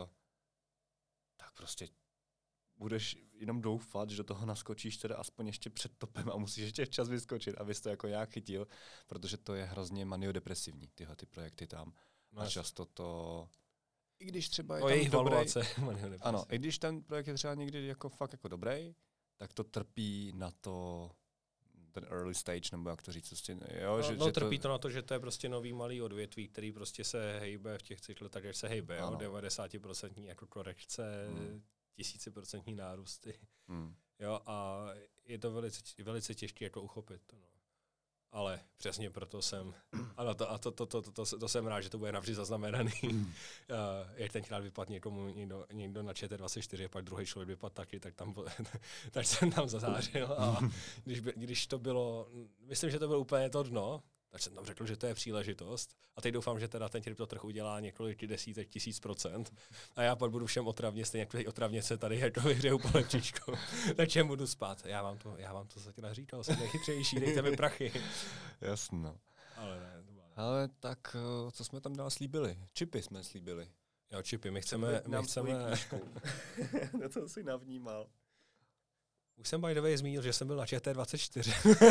prostě budeš jenom doufat, že do toho naskočíš teda aspoň ještě před topem a musíš ještě včas vyskočit, abys to jako nějak chytil, protože to je hrozně maniodepresivní, tyhle ty projekty tam. No a často to, i když třeba je tam dobrý, ano, i když ten projekt je třeba někdy jako fakt jako dobrý, tak to trpí na to, ten early stage, nebo jak to říct. Prostě, jo, že trpí to na to, že to je prostě nový malý odvětví, který prostě se hejbe v těch cyklech, takže se hejbe, jo, 90% jako korekce, 1000% nárůsty. Jo, a je to velice těžké jako uchopit to, no. Ale přesně proto jsem, to jsem rád, že to bude navždy zaznamenaný. Jak tenkrát vypadl někomu někdo na ČT24, pak druhý člověk vypadl taky, tak jsem tam zazářil. A když to bylo, myslím, že to bylo úplně to dno, tak jsem tam řekl, že to je příležitost. A teď doufám, že teda ten kryptotrh udělá několik desítek tisíc%. A já pak budu všem otravně, stejně jako otravně se tady jako vyhřeju polepčičku. Takže budu spát. Já vám to zatím říkal, jsem nejchytřejší, dejte mi prachy. Jasno. Ale ne, ale tak, co jsme tam dál slíbili? Čipy jsme slíbili. Jo, čipy. My chceme... Na to jsi navnímal. Už jsem by the way zmínil, že jsem byl na ČT24.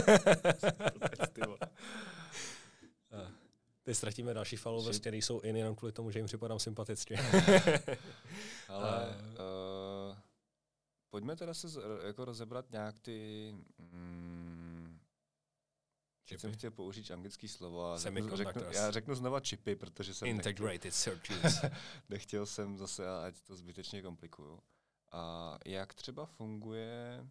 Teď ztratíme další followers, který jsou in jenom kvůli tomu, že jim připadám sympaticky. Ale pojďme teda se jako rozebrat nějak ty Teď jsem chtěl použít anglický slovo a Semiconductors. řeknu znova čipy, protože jsem Integrated circuits. nechtěl jsem zase, ať to zbytečně komplikuju. A jak třeba funguje,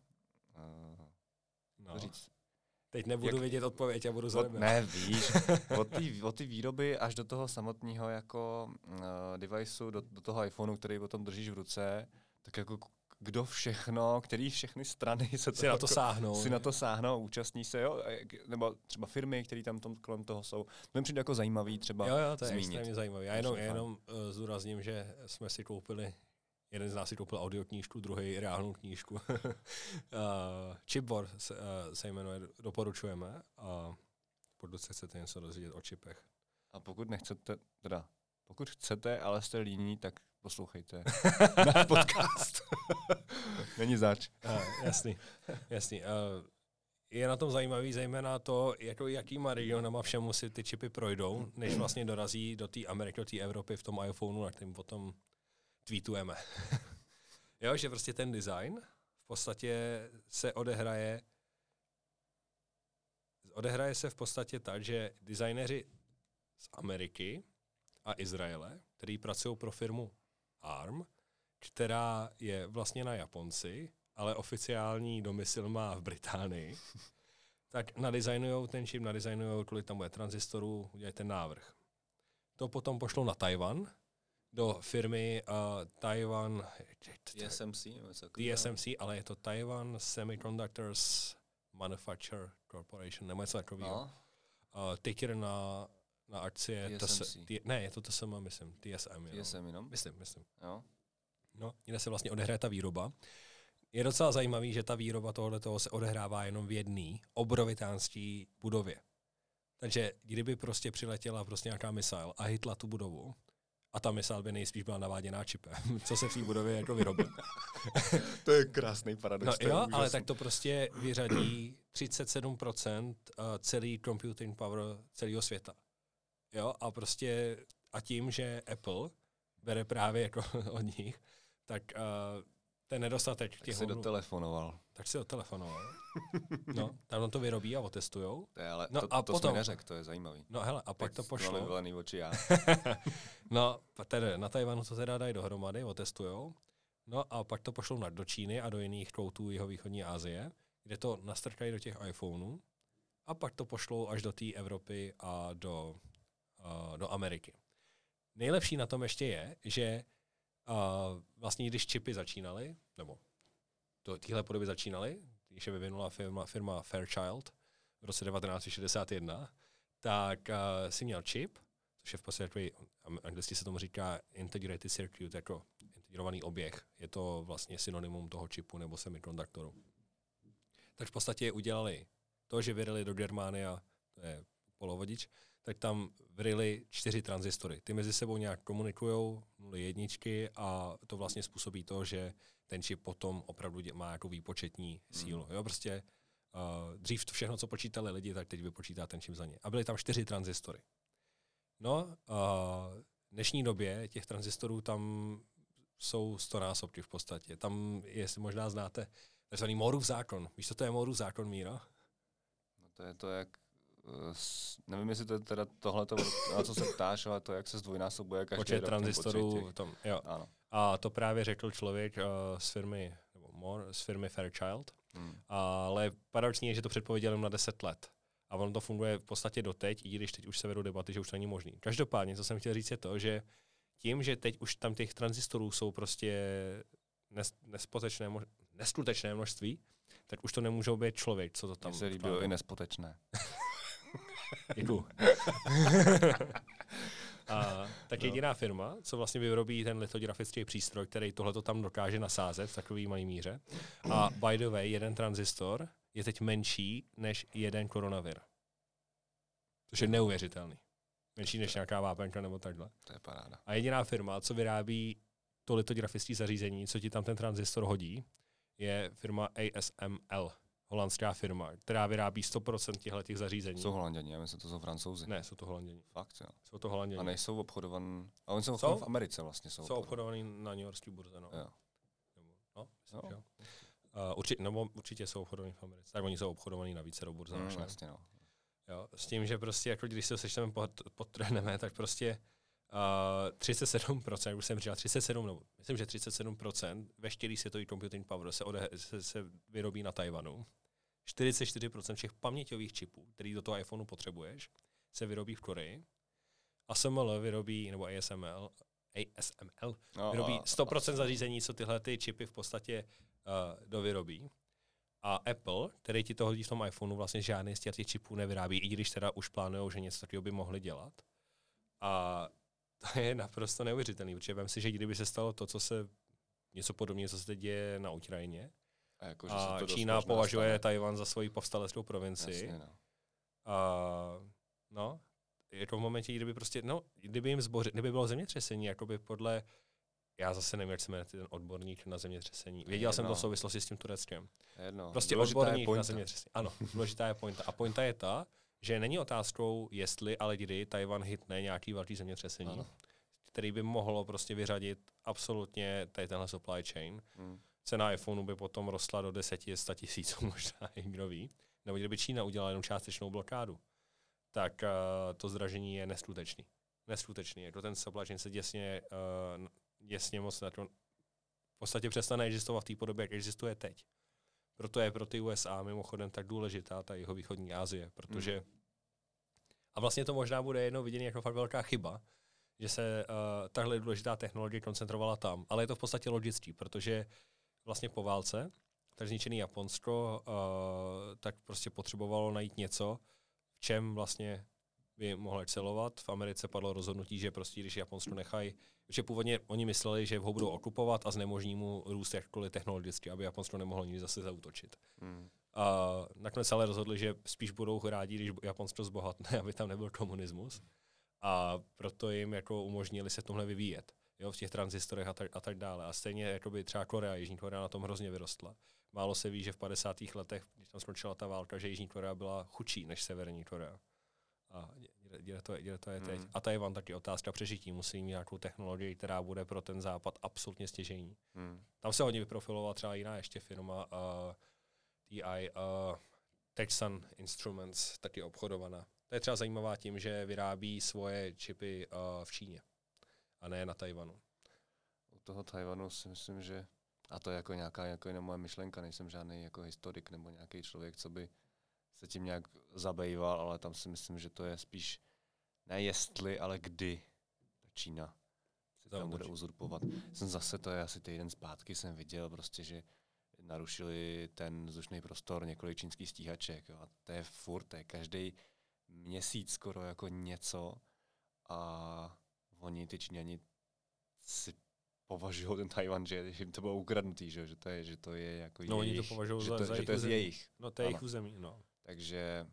říct, teď nebudu vědět odpověď a budu zanedbat. Ne, víš, od ty výroby až do toho samotného jako deviceu, do toho iPhoneu, který potom držíš v ruce, tak jako kdo všechno, který všechny strany si na to sáhnou. Si na to sáhnou, účastní se, jo? Nebo třeba firmy, které tam kolem toho jsou. To mi přijde jako zajímavý třeba Jo, to je zmínit. extrémně zajímavý. Já jenom zdůrazním, že jsme si koupili, jeden z nás si koupil audioknížku, druhý reálnou knížku. Chipboard se jmenuje, doporučujeme. A pokud se chcete něco dozvědět o čipech. A pokud chcete, ale jste líní, tak poslouchejte náš podcast. Není zač. Jasný. Je na tom zajímavý zejména to, jakýma regionama všemu si ty čipy projdou, než vlastně dorazí do té Ameriky, do té Evropy v tom iPhoneu, na kterým potom tweetujeme. Jo, že prostě ten design v podstatě se odehraje se v podstatě tak, že designéři z Ameriky a Izraele, který pracují pro firmu ARM, která je vlastně na Japonci, ale oficiální domysil má v Británii, tak nadizajnujou ten čip, kolik tam bude tranzistorů, udělají ten návrh. To potom pošlou na Tajvan, do firmy Taiwan TSMC, ale je to Taiwan Semiconductors Manufacture Corporation, nebo něco takového. Ticker na akcie je to TSM, myslím. TSM jenom? Myslím. Jo. No, kde se vlastně odehraje ta výroba. Je docela zajímavý, že ta výroba tohoto se odehrává jenom v jedné obrovitánské budově. Takže kdyby prostě přiletěla prostě nějaká misail a hitla tu budovu, a ta misail by nejspíš byla naváděná čipem, co se v té budově jako vyrobí. To je krásný paradox. No jo, ale tak to prostě vyřadí 37% celý computing power celého světa. Jo, a tím, že Apple bere právě jako od nich, tak ten nedostatek těch Tak si dotelefonoval. No, tam to vyrobí a otestujou. To potom, jsme neřekl, to je zajímavý. No hele, a pak to pošlou. Máme vyvalený oči já. No, tedy na Tajvanu to teda dají dohromady, otestujou. No a pak to pošlou do Číny a do jiných koutů jihovýchodní Asie, kde to nastrkají do těch iPhoneů. A pak to pošlou až do té Evropy a do Ameriky. Nejlepší na tom ještě je, že vlastně když čipy začínaly, nebo do téhle podoby začínaly, když je vyvinula firma Fairchild v roce 1961, tak si měl čip, což je v podstatě takový, anglicky se tomu říká integrated circuit, jako integrovaný oběh. Je to vlastně synonymum toho čipu nebo semikonduktoru. Tak v podstatě udělali to, že vyrili do Germánia, to je polovodič, tak tam vryli 4 tranzistory. Ty mezi sebou nějak komunikujou, 0 jedničky a to vlastně způsobí to, že ten čip potom opravdu má jako výpočetní sílu. Jo, prostě dřív to všechno, co počítali lidi, tak teď vypočítá ten čip za ně. A byly tam 4 tranzistory. No, v dnešní době těch tranzistorů tam jsou 100násobky v podstatě. Tam, jestli možná znáte, takzvaný Moorův zákon. Víš, co to je Moorův zákon, Míro? No to je to, jak nevím, jestli to je teda tohleto, na co se ptáš, ale to, jak se zdvojnásobuje každý počet rok tranzistorů. Jo. Ano. A to právě řekl člověk z firmy Fairchild. Ale paradoxní je, že to předpověděl jenom na 10 let. A ono to funguje v podstatě doteď, i když teď už se vedou debaty, že už to není možný. Každopádně, co jsem chtěl říct, je to, že tím, že teď už tam těch tranzistorů jsou prostě neskutečné množství, tak už to nemůžou být člověk, co to tam... Mně se líbilo i nespotečné. Děkuju. Tak jediná firma, co vlastně vyrobí ten litografický přístroj, který tohleto tam dokáže nasázet v takový malý míře. A by the way, jeden tranzistor je teď menší než jeden koronavir. Což je neuvěřitelný. Menší než nějaká vápenka nebo takhle. To je paráda. A jediná firma, co vyrábí to litografické zařízení, co ti tam ten tranzistor hodí, je firma ASML. Holandská firma, která vyrábí 100% těchto zařízení. Jsou Holanděni, já myslím, to jsou Francouzi. Ne, jsou to Holanděni. Fakt, jo. Jsou to Holanděni. A nejsou obchodovaní. A oni jsou v Americe vlastně. Jsou obchodovaní na New Yorkské burze, no. Jo. No, myslím, jo. Určitě jsou obchodovaní v Americe. Tak oni jsou obchodovaní na více do burze. Vlastně, no. Jo, s tím, že prostě, jako když se sečteme, podtrhneme, tak prostě 37%, už jsem říkal 37, nebo myslím, že 37% veškerý světový computing power se vyrobí na Tajvanu. 44% všech paměťových čipů, který do toho iPhoneu potřebuješ, se vyrobí v Koreji. ASML vyrobí, nebo ASML vyrobí 100% zařízení, co tyhle ty čipy v podstatě dovyrobí. A Apple, který ti to hodí v tom iPhoneu, vlastně žádný z těch čipů nevyrábí, i když teda už plánujou, že něco takového by mohli dělat. A to je naprosto neuvěřitelný, protože vem si, že kdyby se stalo to, něco podobného, co se teď děje na Ukrajině, a Čína považuje Tajvan za svoji povstaleckou provincii. Jasně, no. No, je to v momentě, kdyby prostě, kdyby bylo zemětřesení, jakoby podle, já zase nevím, jak se jmenuje ten odborník na zemětřesení. Věděl jsem to v souvislosti s tím Tureckem. Prostě odborník na zemětřesení. Ano, důležitá je pointa. A pointa je ta, že není otázkou, jestli, ale kdy Tajvan hitne nějaký velký zemětřesení, který by mohlo prostě vyřadit absolutně tady tenhle supply chain. Cena iPhoneu by potom rostla do 10-100 tisíců, možná i kdo ví. Nebo kdyby Čína udělala jenom částečnou blokádu, tak to zdražení je neskutečný. Neskutečný. Jako ten supply chain se děsně moc na to v podstatě přestane existovat v té podobě, jak existuje teď. Proto je pro ty USA mimochodem tak důležitá ta jihovýchodní Asie, protože a vlastně to možná bude jednou vidění jako fakt velká chyba, že se tahle důležitá technologie koncentrovala tam. Ale je to v podstatě logický, protože vlastně po válce, tak zničený Japonsko, tak prostě potřebovalo najít něco, v čem vlastně by mohlo excelovat. V Americe padlo rozhodnutí, že prostě, když Japonsko nechají, že původně oni mysleli, že ho budou okupovat a znemožní mu růst jakkoliv technologicky, aby Japonsko nemohlo nikdy zase zaútočit. A nakonec ale rozhodli, že spíš budou rádi, když Japonsko zbohatne, aby tam nebyl komunismus. A proto jim jako umožnili se tomhle vyvíjet. Jo, v těch tranzistorech a tak dále. A stejně jakoby třeba Korea, Jižní Korea na tom hrozně vyrostla. Málo se ví, že v 50. letech, když tam skončila ta válka, že Jižní Korea byla chudší než Severní Korea. A kde to je teď. A Tajvan taky otázka přežití. Musí mít nějakou technologii, která bude pro ten západ absolutně stěžejní. Tam se hodně vyprofilovala třeba jiná ještě firma TI, Texan Instruments, taky obchodovaná. To je třeba zajímavá tím, že vyrábí svoje čipy v Číně a ne na Tajvanu. U toho Tajvanu si myslím, že, a to je jako nějaká jako jiná moje myšlenka, nejsem žádný jako historik nebo nějaký člověk, co by se tím nějak zabýval, ale tam si myslím, že to je spíš ne jestli, ale kdy ta Čína si tam bude uzurpovat. To je asi týden zpátky, jsem viděl prostě, že narušili ten vzdušný prostor několik čínských stíhaček. Jo. A to je furt, to je každý měsíc skoro jako něco a oni, ty Číňani, si považují ten Tajvan, že jim to bylo ukradnutý, že to je jako jejich. Oni to považují že to je z jejich. No to je jejich území, no. Takže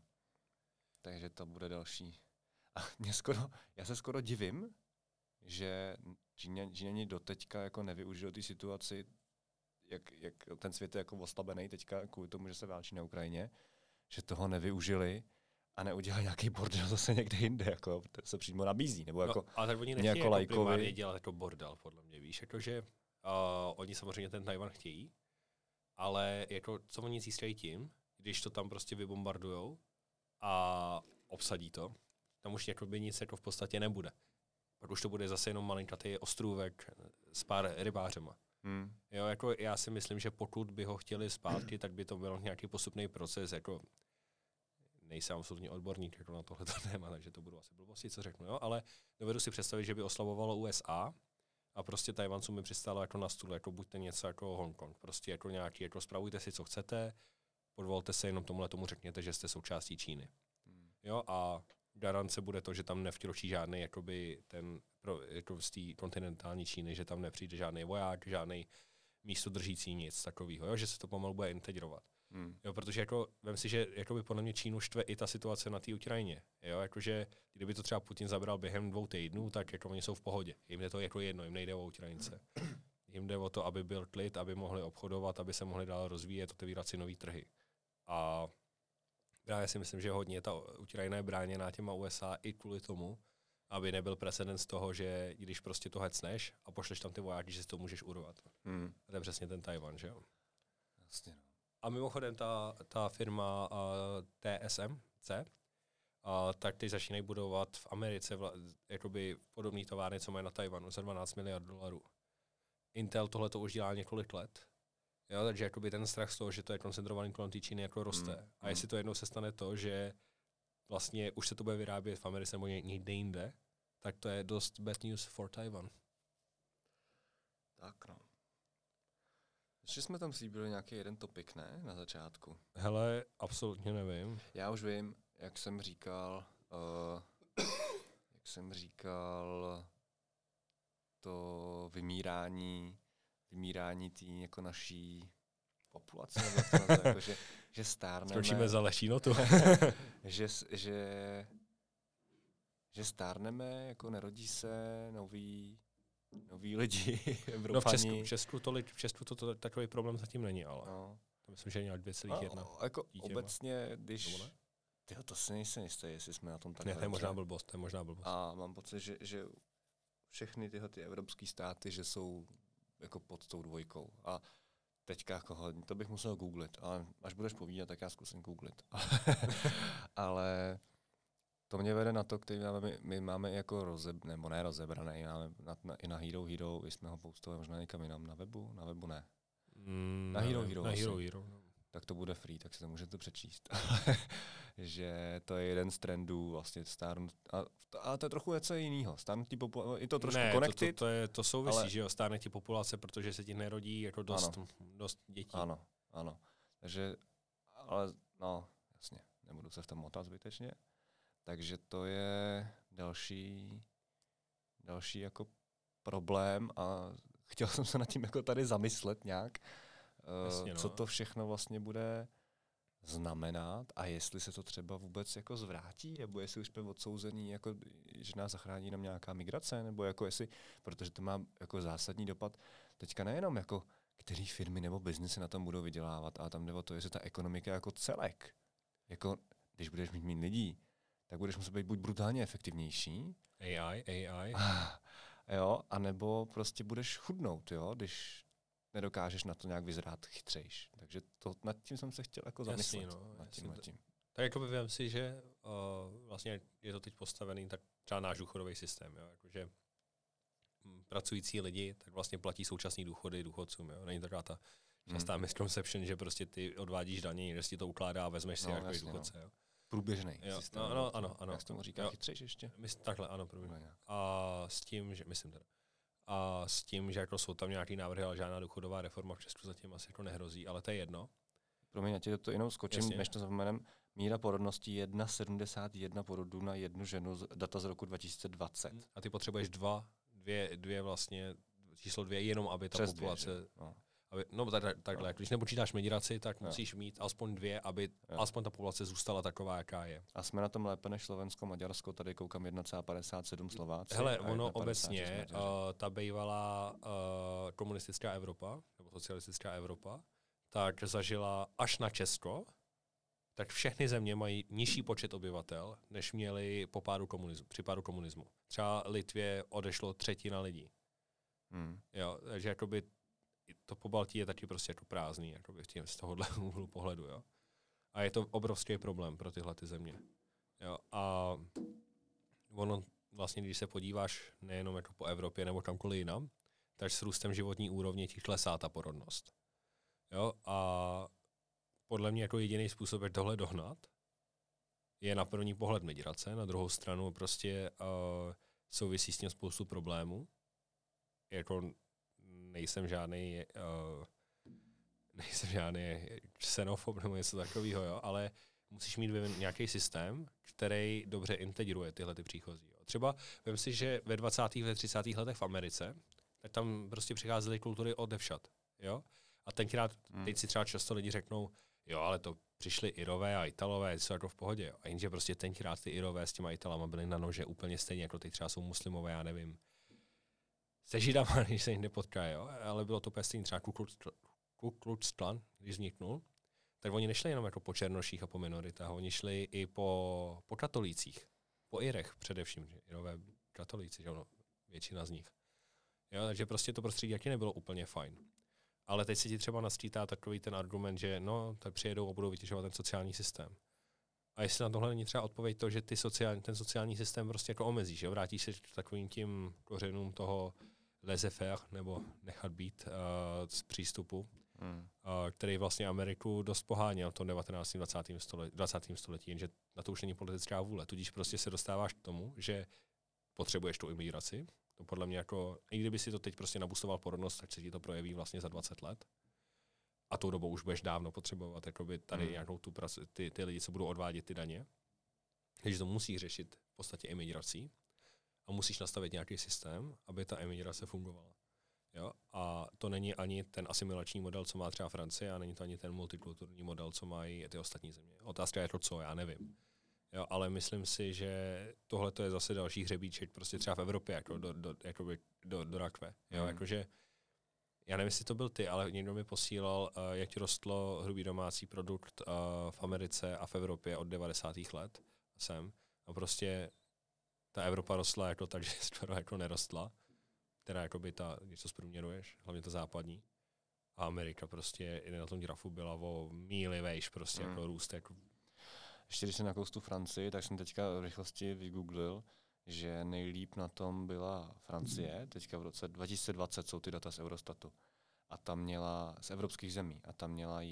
to bude další. A já se skoro divím, že Číňani doteďka jako nevyužili ty situaci, jak ten svět je jako oslabený teďka kvůli tomu, že se válčí na Ukrajině, že toho nevyužili a neudělali nějaký bordel zase někde jinde, jako to se přímo nabízí, nebo jako a tak oni nechtějí jako primárně dělat jako bordel, podle mě, víš, jakože oni samozřejmě ten Tajvan chtějí, ale jako, co oni získají tím, když to tam prostě vybombardujou a obsadí to, tam už jakoby nic jako v podstatě nebude. Pak už to bude zase jenom malinkatý ostrůvek s pár rybářema. Jo, jako já si myslím, že pokud by ho chtěli zpátky, tak by to byl nějaký postupný proces, jako nejsem absolutně odborník jako na tohleto téma, takže to budou asi blbosti, co řeknu, jo, ale dovedu si představit, že by oslavovalo USA a prostě Tajvancům by přistálo jako na stůl, jako buďte něco jako Hongkong, prostě jako nějaký, jako spravujte si, co chcete, podvolte se, jenom tomu řekněte, že jste součástí Číny. Jo, a garance bude to, že tam nevkročí žádný jakoby jako z té kontinentální Číny, že tam nepřijde žádný voják, žádný místodržící, nic takového, jo, že se to pomalu bude integrovat. Jo, protože jako, vem si, že jakoby podle mě Čínu štve i ta situace na té Ukrajině. Jo, jakože kdyby to třeba Putin zabral během 2 týdnů, tak jako oni jsou v pohodě. Jim jde to jako jedno, jim nejde o Ukrajince. Jim jde o to, aby byl klid, aby mohli obchodovat, aby se mohli dál rozvíjet, otevírat si nový trhy. A já si myslím, že hodně ta Ukrajina je bráněná těma USA i kvůli tomu, aby nebyl precedens toho, že když prostě to hecneš a pošleš tam ty vojáky, že si to můžeš urvat. A to je přesně ten Tajvan, že jo? Jasně, no. A mimochodem ta firma TSMC tak ty začínají budovat v Americe jakoby podobný továrny, co mají na Tajvanu za $12 miliard. Intel tohle to už dělá několik let. Jo, takže jakoby ten strach z toho, že to je koncentrovaný kolem té Číny, jako roste. A jestli to jednou se stane to, že vlastně už se to bude vyrábět v Americe nebo někde jinde, tak to je dost bad news for Taiwan. Tak no. Ještě jsme tam slíbili nějaký jeden topik, ne? Na začátku. Hele, absolutně nevím. Já už vím, jak jsem říkal, to vymírání té jako naší populace, jako, že stárneme. Skočíme za lehčí notu. že stárneme, jako nerodí se noví lidi, Evropani. No v Česku to takový problém zatím není, ale to myslím, že je nějak 2,1. Jako obecně, když... Tyjo, to si nejsem jistý, jestli jsme na tom takhle. Ne, to je možná blbost. A mám pocit, že všechny tyhle ty evropské státy, že jsou jako pod tou 2. A teďka to bych musel googlit, ale až budeš povídat, tak já zkusím googlit. Ale to mě vede na to, který my máme jako nebo ne rozebraný, máme i na Hero Hero, jsme ho postovali možná někam jinam na webu ne. Na Hero Hero. Na Hero Hero. Tak to bude free, tak si to můžete přečíst. Že to je jeden z trendů vlastně stárnutí. A to je trochu něco jiného. Stárnutí populace, i to trošku connected. To souvisí, ale... že jo, stárnutí populace, protože se ti nerodí jako dost dětí. Ano. Takže, ale no, jasně, nebudu se v tom motat zbytečně. Takže to je další jako problém a chtěl jsem se nad tím jako tady zamyslet nějak, jasně, co to všechno vlastně bude znamenat a jestli se to třeba vůbec jako zvrátí, nebo jestli už jsme odsouzení, jako, že nás zachrání jenom nějaká migrace, nebo jako jestli, protože to má jako zásadní dopad teďka nejenom jako který firmy nebo biznesy na tom budou vydělávat, ale tam jde o to, jestli ta ekonomika jako celek, jako když budeš mít lidí, tak budeš muset být buď brutálně efektivnější, AI. Jo, anebo prostě budeš chudnout, jo, když nedokážeš na to nějak vyzrát chytřejš. Takže nad tím jsem se chtěl jako zamyslet. Nad tím. Tak jako vím si, že vlastně je to teď postavený tak třeba náš důchodový systém, jo, jakože pracující lidi tak vlastně platí současný důchody důchodcům, jo. Není taková ta častá misconception, že prostě ty odvádíš daně, že si to ukládá a vezmeš si jako důchodce, jo. Průběžnej systém. Ano. Jak se tomu říká, chytřejš ještě? Takhle, ano, průběžný. A s tím, že jako jsou tam nějaký návrhy, ale žádná důchodová reforma v Česku zatím asi jako nehrozí, ale to je jedno. Promiň, já ti to jenom skočím, než to zapomenem. Míra porodnosti 1,71 porodů na jednu ženu, data z roku 2020. A ty potřebuješ dvě vlastně, číslo 2, jenom aby ta populace... Takhle, když nepočítáš migraci, tak musíš mít aspoň 2, aby aspoň ta populace zůstala taková, jaká je. A jsme na tom lépe než Slovensko, Maďarsko, tady koukám 1,57 Slováci. Hele, ono obecně, ta bývalá komunistická Evropa, nebo socialistická Evropa, tak zažila až na Česko, tak všechny země mají nižší počet obyvatel, než měli při pádu komunismu. Třeba Litvě odešlo 1/3 lidí. Jo, takže jakoby to Pobaltí je taky prostě jako prázdný, jakoby z tohohle úhlu pohledu, jo. A je to obrovský problém pro tyhle ty země. Jo. A ono vlastně, když se podíváš nejenom jako po Evropě nebo kamkoliv jinam, tak s růstem životní úrovně ti klesá ta porodnost. Jo. A podle mě jako jediný způsob, jak tohle dohnat, je na první pohled migrace, na druhou stranu prostě souvisí s tím spoustu problémů. Jako nejsem žádný xenofob nebo něco takového, jo, ale musíš mít nějaký systém, který dobře integruje tyhle ty příchozí. Jo. Třeba vem si, že ve 20. a 30. letech v Americe, tak tam prostě přicházely kultury odevšad. Jo? A tenkrát, teď si třeba často lidi řeknou, jo, ale to přišli Irové a Italové, jsou jako v pohodě. Jo. A jenže prostě tenkrát ty Irové s těma Italama byly na nože úplně stejně, jako teď třeba jsou muslimové, já nevím. Se Židama, když se jich nepotkají, jo, ale bylo to pestý, třeba Ku Klux Klan, když vzniknul, tak oni nešli jenom jako po černoších a po minoritách, oni šli i po katolících, po Irech především, že Irové katolíci, že ono, většina z nich. Jo, takže prostě to prostředí taky nebylo úplně fajn. Ale teď se ti třeba nasčítá takový ten argument, že no, tak přijedou a budou vytěžovat ten sociální systém. A jestli na tohle není třeba odpověď to, že ten sociální systém prostě jako omezí, že vrátíš se k takovým tím kořenům toho laissez-faire, nebo nechat být z přístupu, který vlastně Ameriku dost poháněl v tom 19. 20. století, jenže na to už není politická vůle. Tudíž prostě se dostáváš k tomu, že potřebuješ tu imigraci. To podle mě jako, i kdyby si to teď prostě nabustoval porodnost, tak se ti to projeví vlastně za 20 let. A tou dobou už budeš dávno potřebovat jakoby tady nějakou ty lidi, co budou odvádět ty daně. Takže to musí řešit v podstatě imigrací a musíš nastavit nějaký systém, aby ta imigrace fungovala. Jo? A to není ani ten asimilační model, co má třeba Francie, a není to ani ten multikulturní model, co mají ty ostatní země. Otázka je to, co, já nevím. Jo, ale myslím si, že tohle je zase další hřebíček prostě třeba v Evropě jako do rakve. Jo, jakože já nevím, jestli to byl ty, ale někdo mi posílal, jak rostlo hrubý domácí produkt v Americe a v Evropě od 90. let sem. A prostě ta Evropa rostla jako tak, že skoro jako nerostla. Teda jako by ta, když to zprůměruješ, hlavně ta západní. A Amerika prostě i na tom grafu byla o míli vejš prostě jako růst. Jako. Ještě když jsem nakous tu Francii, tak jsem teďka v rychlosti vygooglil, že nejlíp na tom byla Francie, teďka v roce 2020 jsou ty data z Eurostatu. A tam měla, z evropských zemí, a tam měla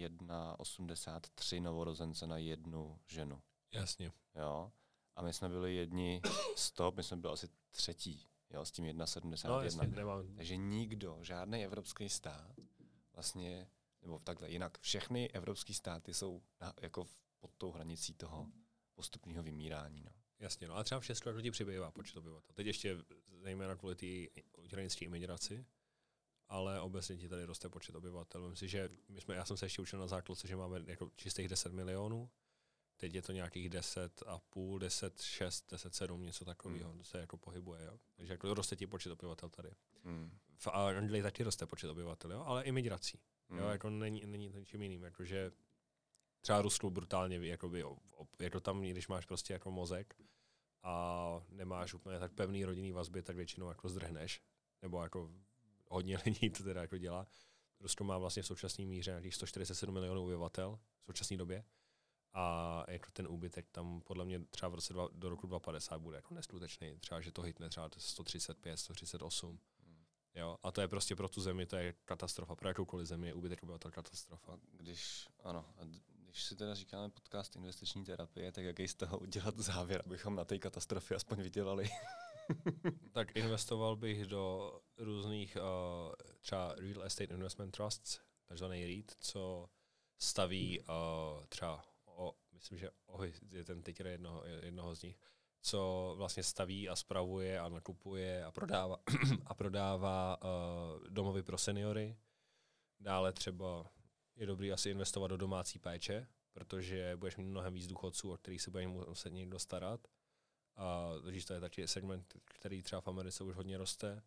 1,83 novorozence na jednu ženu. Jasně. Jo. A my jsme byli jedni stop, my jsme byli asi třetí, jo, s tím 1,71. No, jasně, nemám. Takže nikdo, žádný evropský stát, vlastně, nebo takhle jinak, všechny evropský státy jsou jako pod tou hranicí toho postupného vymírání. No. Jasně, no a třeba v Česku jako ti přibývá počet obyvatel. Teď ještě zejména kvůli té ukrajinské imigraci, ale obecně ti tady roste počet obyvatel. Myslím si, že já jsem se ještě učil na základce, že máme jako čistých 10 milionů, teď je to nějakých 10,5, 10,6, 10,7, něco takového, se jako pohybuje, jo. Takže jako roste ti počet obyvatel tady. V Anglii taky roste počet obyvatel, jo, ale imigrací. Jo, jako není to ničím jiným, jakože třeba Rusku brutálně, jakoby, jako tam, když máš prostě jako mozek a nemáš úplně tak pevný rodinný vazby, tak většinou jako zdrhneš, nebo jako hodně lidí to teda jako dělá. Rusko má vlastně v současné míře nějakých 147 milionů obyvatel v současné době a jako ten úbytek tam podle mě třeba do roku 2050 bude jako neskutečný. Třeba, že to hitne třeba 135, 138. Jo, a to je prostě pro tu zemi, to je katastrofa. Pro jakoukoliv zemi je úbytek obyvatel katastrofa. Když si teda říkáme podcast investiční terapie, tak jaký z toho udělat závěr, abychom na té katastrofě aspoň vydělali? Tak investoval bych do různých třeba Real Estate Investment Trusts, takzvaný REIT, co staví třeba, myslím, že je ten teď jednoho z nich, co vlastně staví a spravuje a nakupuje a prodává domovy pro seniory. Dále třeba je dobrý asi investovat do domácí péče, protože budeš mít mnohem víc důchodců, o kterých se bude muset někdo starat. Takže to je taky segment, který třeba v Americe už hodně roste.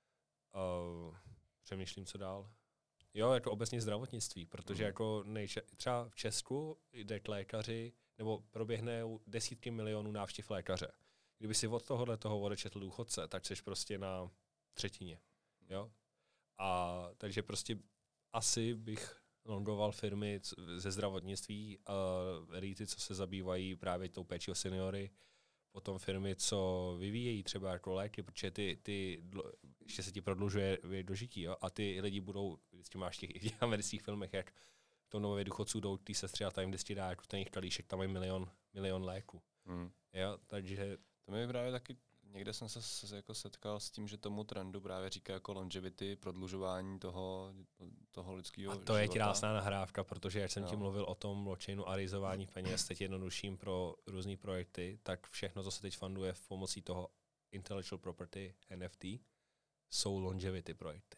Přemýšlím, co dál. Jo, jako obecně zdravotnictví, protože jako třeba v Česku jde k lékaři, nebo proběhne desítky milionů návštěv lékaře. Kdyby si od toho odečetl důchodce, tak jsi prostě na třetině. Jo? A takže prostě asi bych longoval firmy ze zdravotnictví, REITy, co se zabývají právě tou péčí o seniory, potom firmy, co vyvíjejí třeba jako léky, protože ještě se ti prodlužuje dožití, jo? A ty lidi budou, vždycky máš v těch amerických filmech, jak to nové důchodců jdou k té sestře a tam jim vždycky dá jako ten jejich kalíšek, tam mají milion léků. Jo, takže to mi právě taky, někde jsem se jako setkal s tím, že tomu trendu právě říká jako longevity, prodlužování toho lidského života. A to je krásná nahrávka, protože jak jsem ti mluvil o tom blockchainu a rejzování peněz, teď jednodušším pro různý projekty, tak všechno, co se teď funduje v pomocí toho intellectual property, NFT, jsou longevity projekty.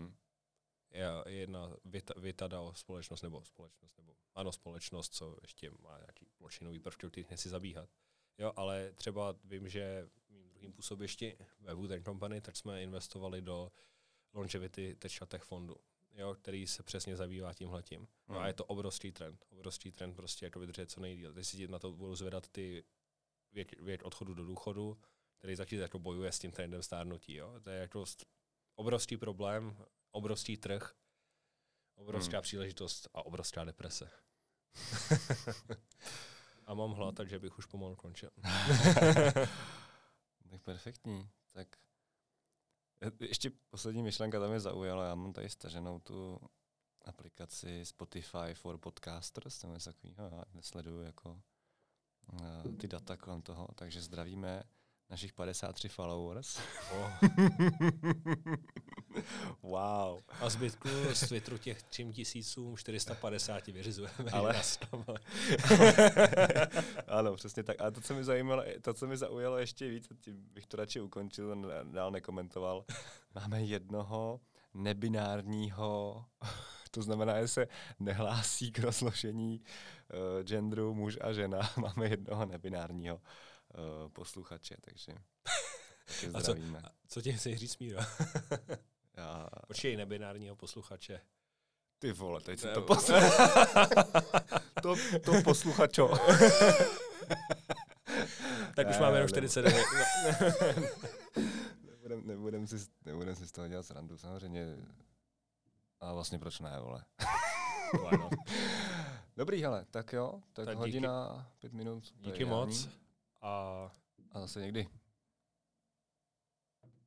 Jedna Vitadao společnost, co ještě má nějaký blockchainový prvky, který nechci zabíhat. Jo, ale třeba vím, že mým druhým působišti ve Wood & Company, tak jsme investovali do Longevity Tech fondu, jo, který se přesně zabývá tímhletím. No a je to obrovský trend prostě jako vydržet co nejdýl. Teď si na to budou zvedat ty věk odchodu do důchodu, který taky jako bojuje s tím trendem stárnutí. Jo. To je jako obrovský problém, obrovský trh, obrovská příležitost a obrovská deprese. A mám hlad, takže bych už pomalu končil. Tak perfektní. Tak ještě poslední myšlenka tam mě zaujala. Já mám tady staženou tu aplikaci Spotify for Podcasters, nebo něco takového. Já nesleduju jako ty data kolem toho, takže zdravíme našich 53 followers. Oh. Wow. A zbytku z Twitteru těch 3450 vyřizujeme. Ale... Ano, přesně tak. A to, co mi zaujalo ještě víc, tím bych to radši ukončil, dál nekomentoval. Máme jednoho nebinárního, to znamená, že se nehlásí k rozložení genderu muž a žena. Máme jednoho nebinárního posluchače, takže zdravíme. Co tím chceš říct, Míro? Počkej, nebinárního posluchače. Ty vole, teď si to to posluchačo. Tak už máme jenom 49. Nebudem si z toho dělat srandu, samozřejmě. A vlastně proč ne, vole. Dobrý, hele, tak jo, tak hodina, 5 minut. Díky moc. A zase někdy.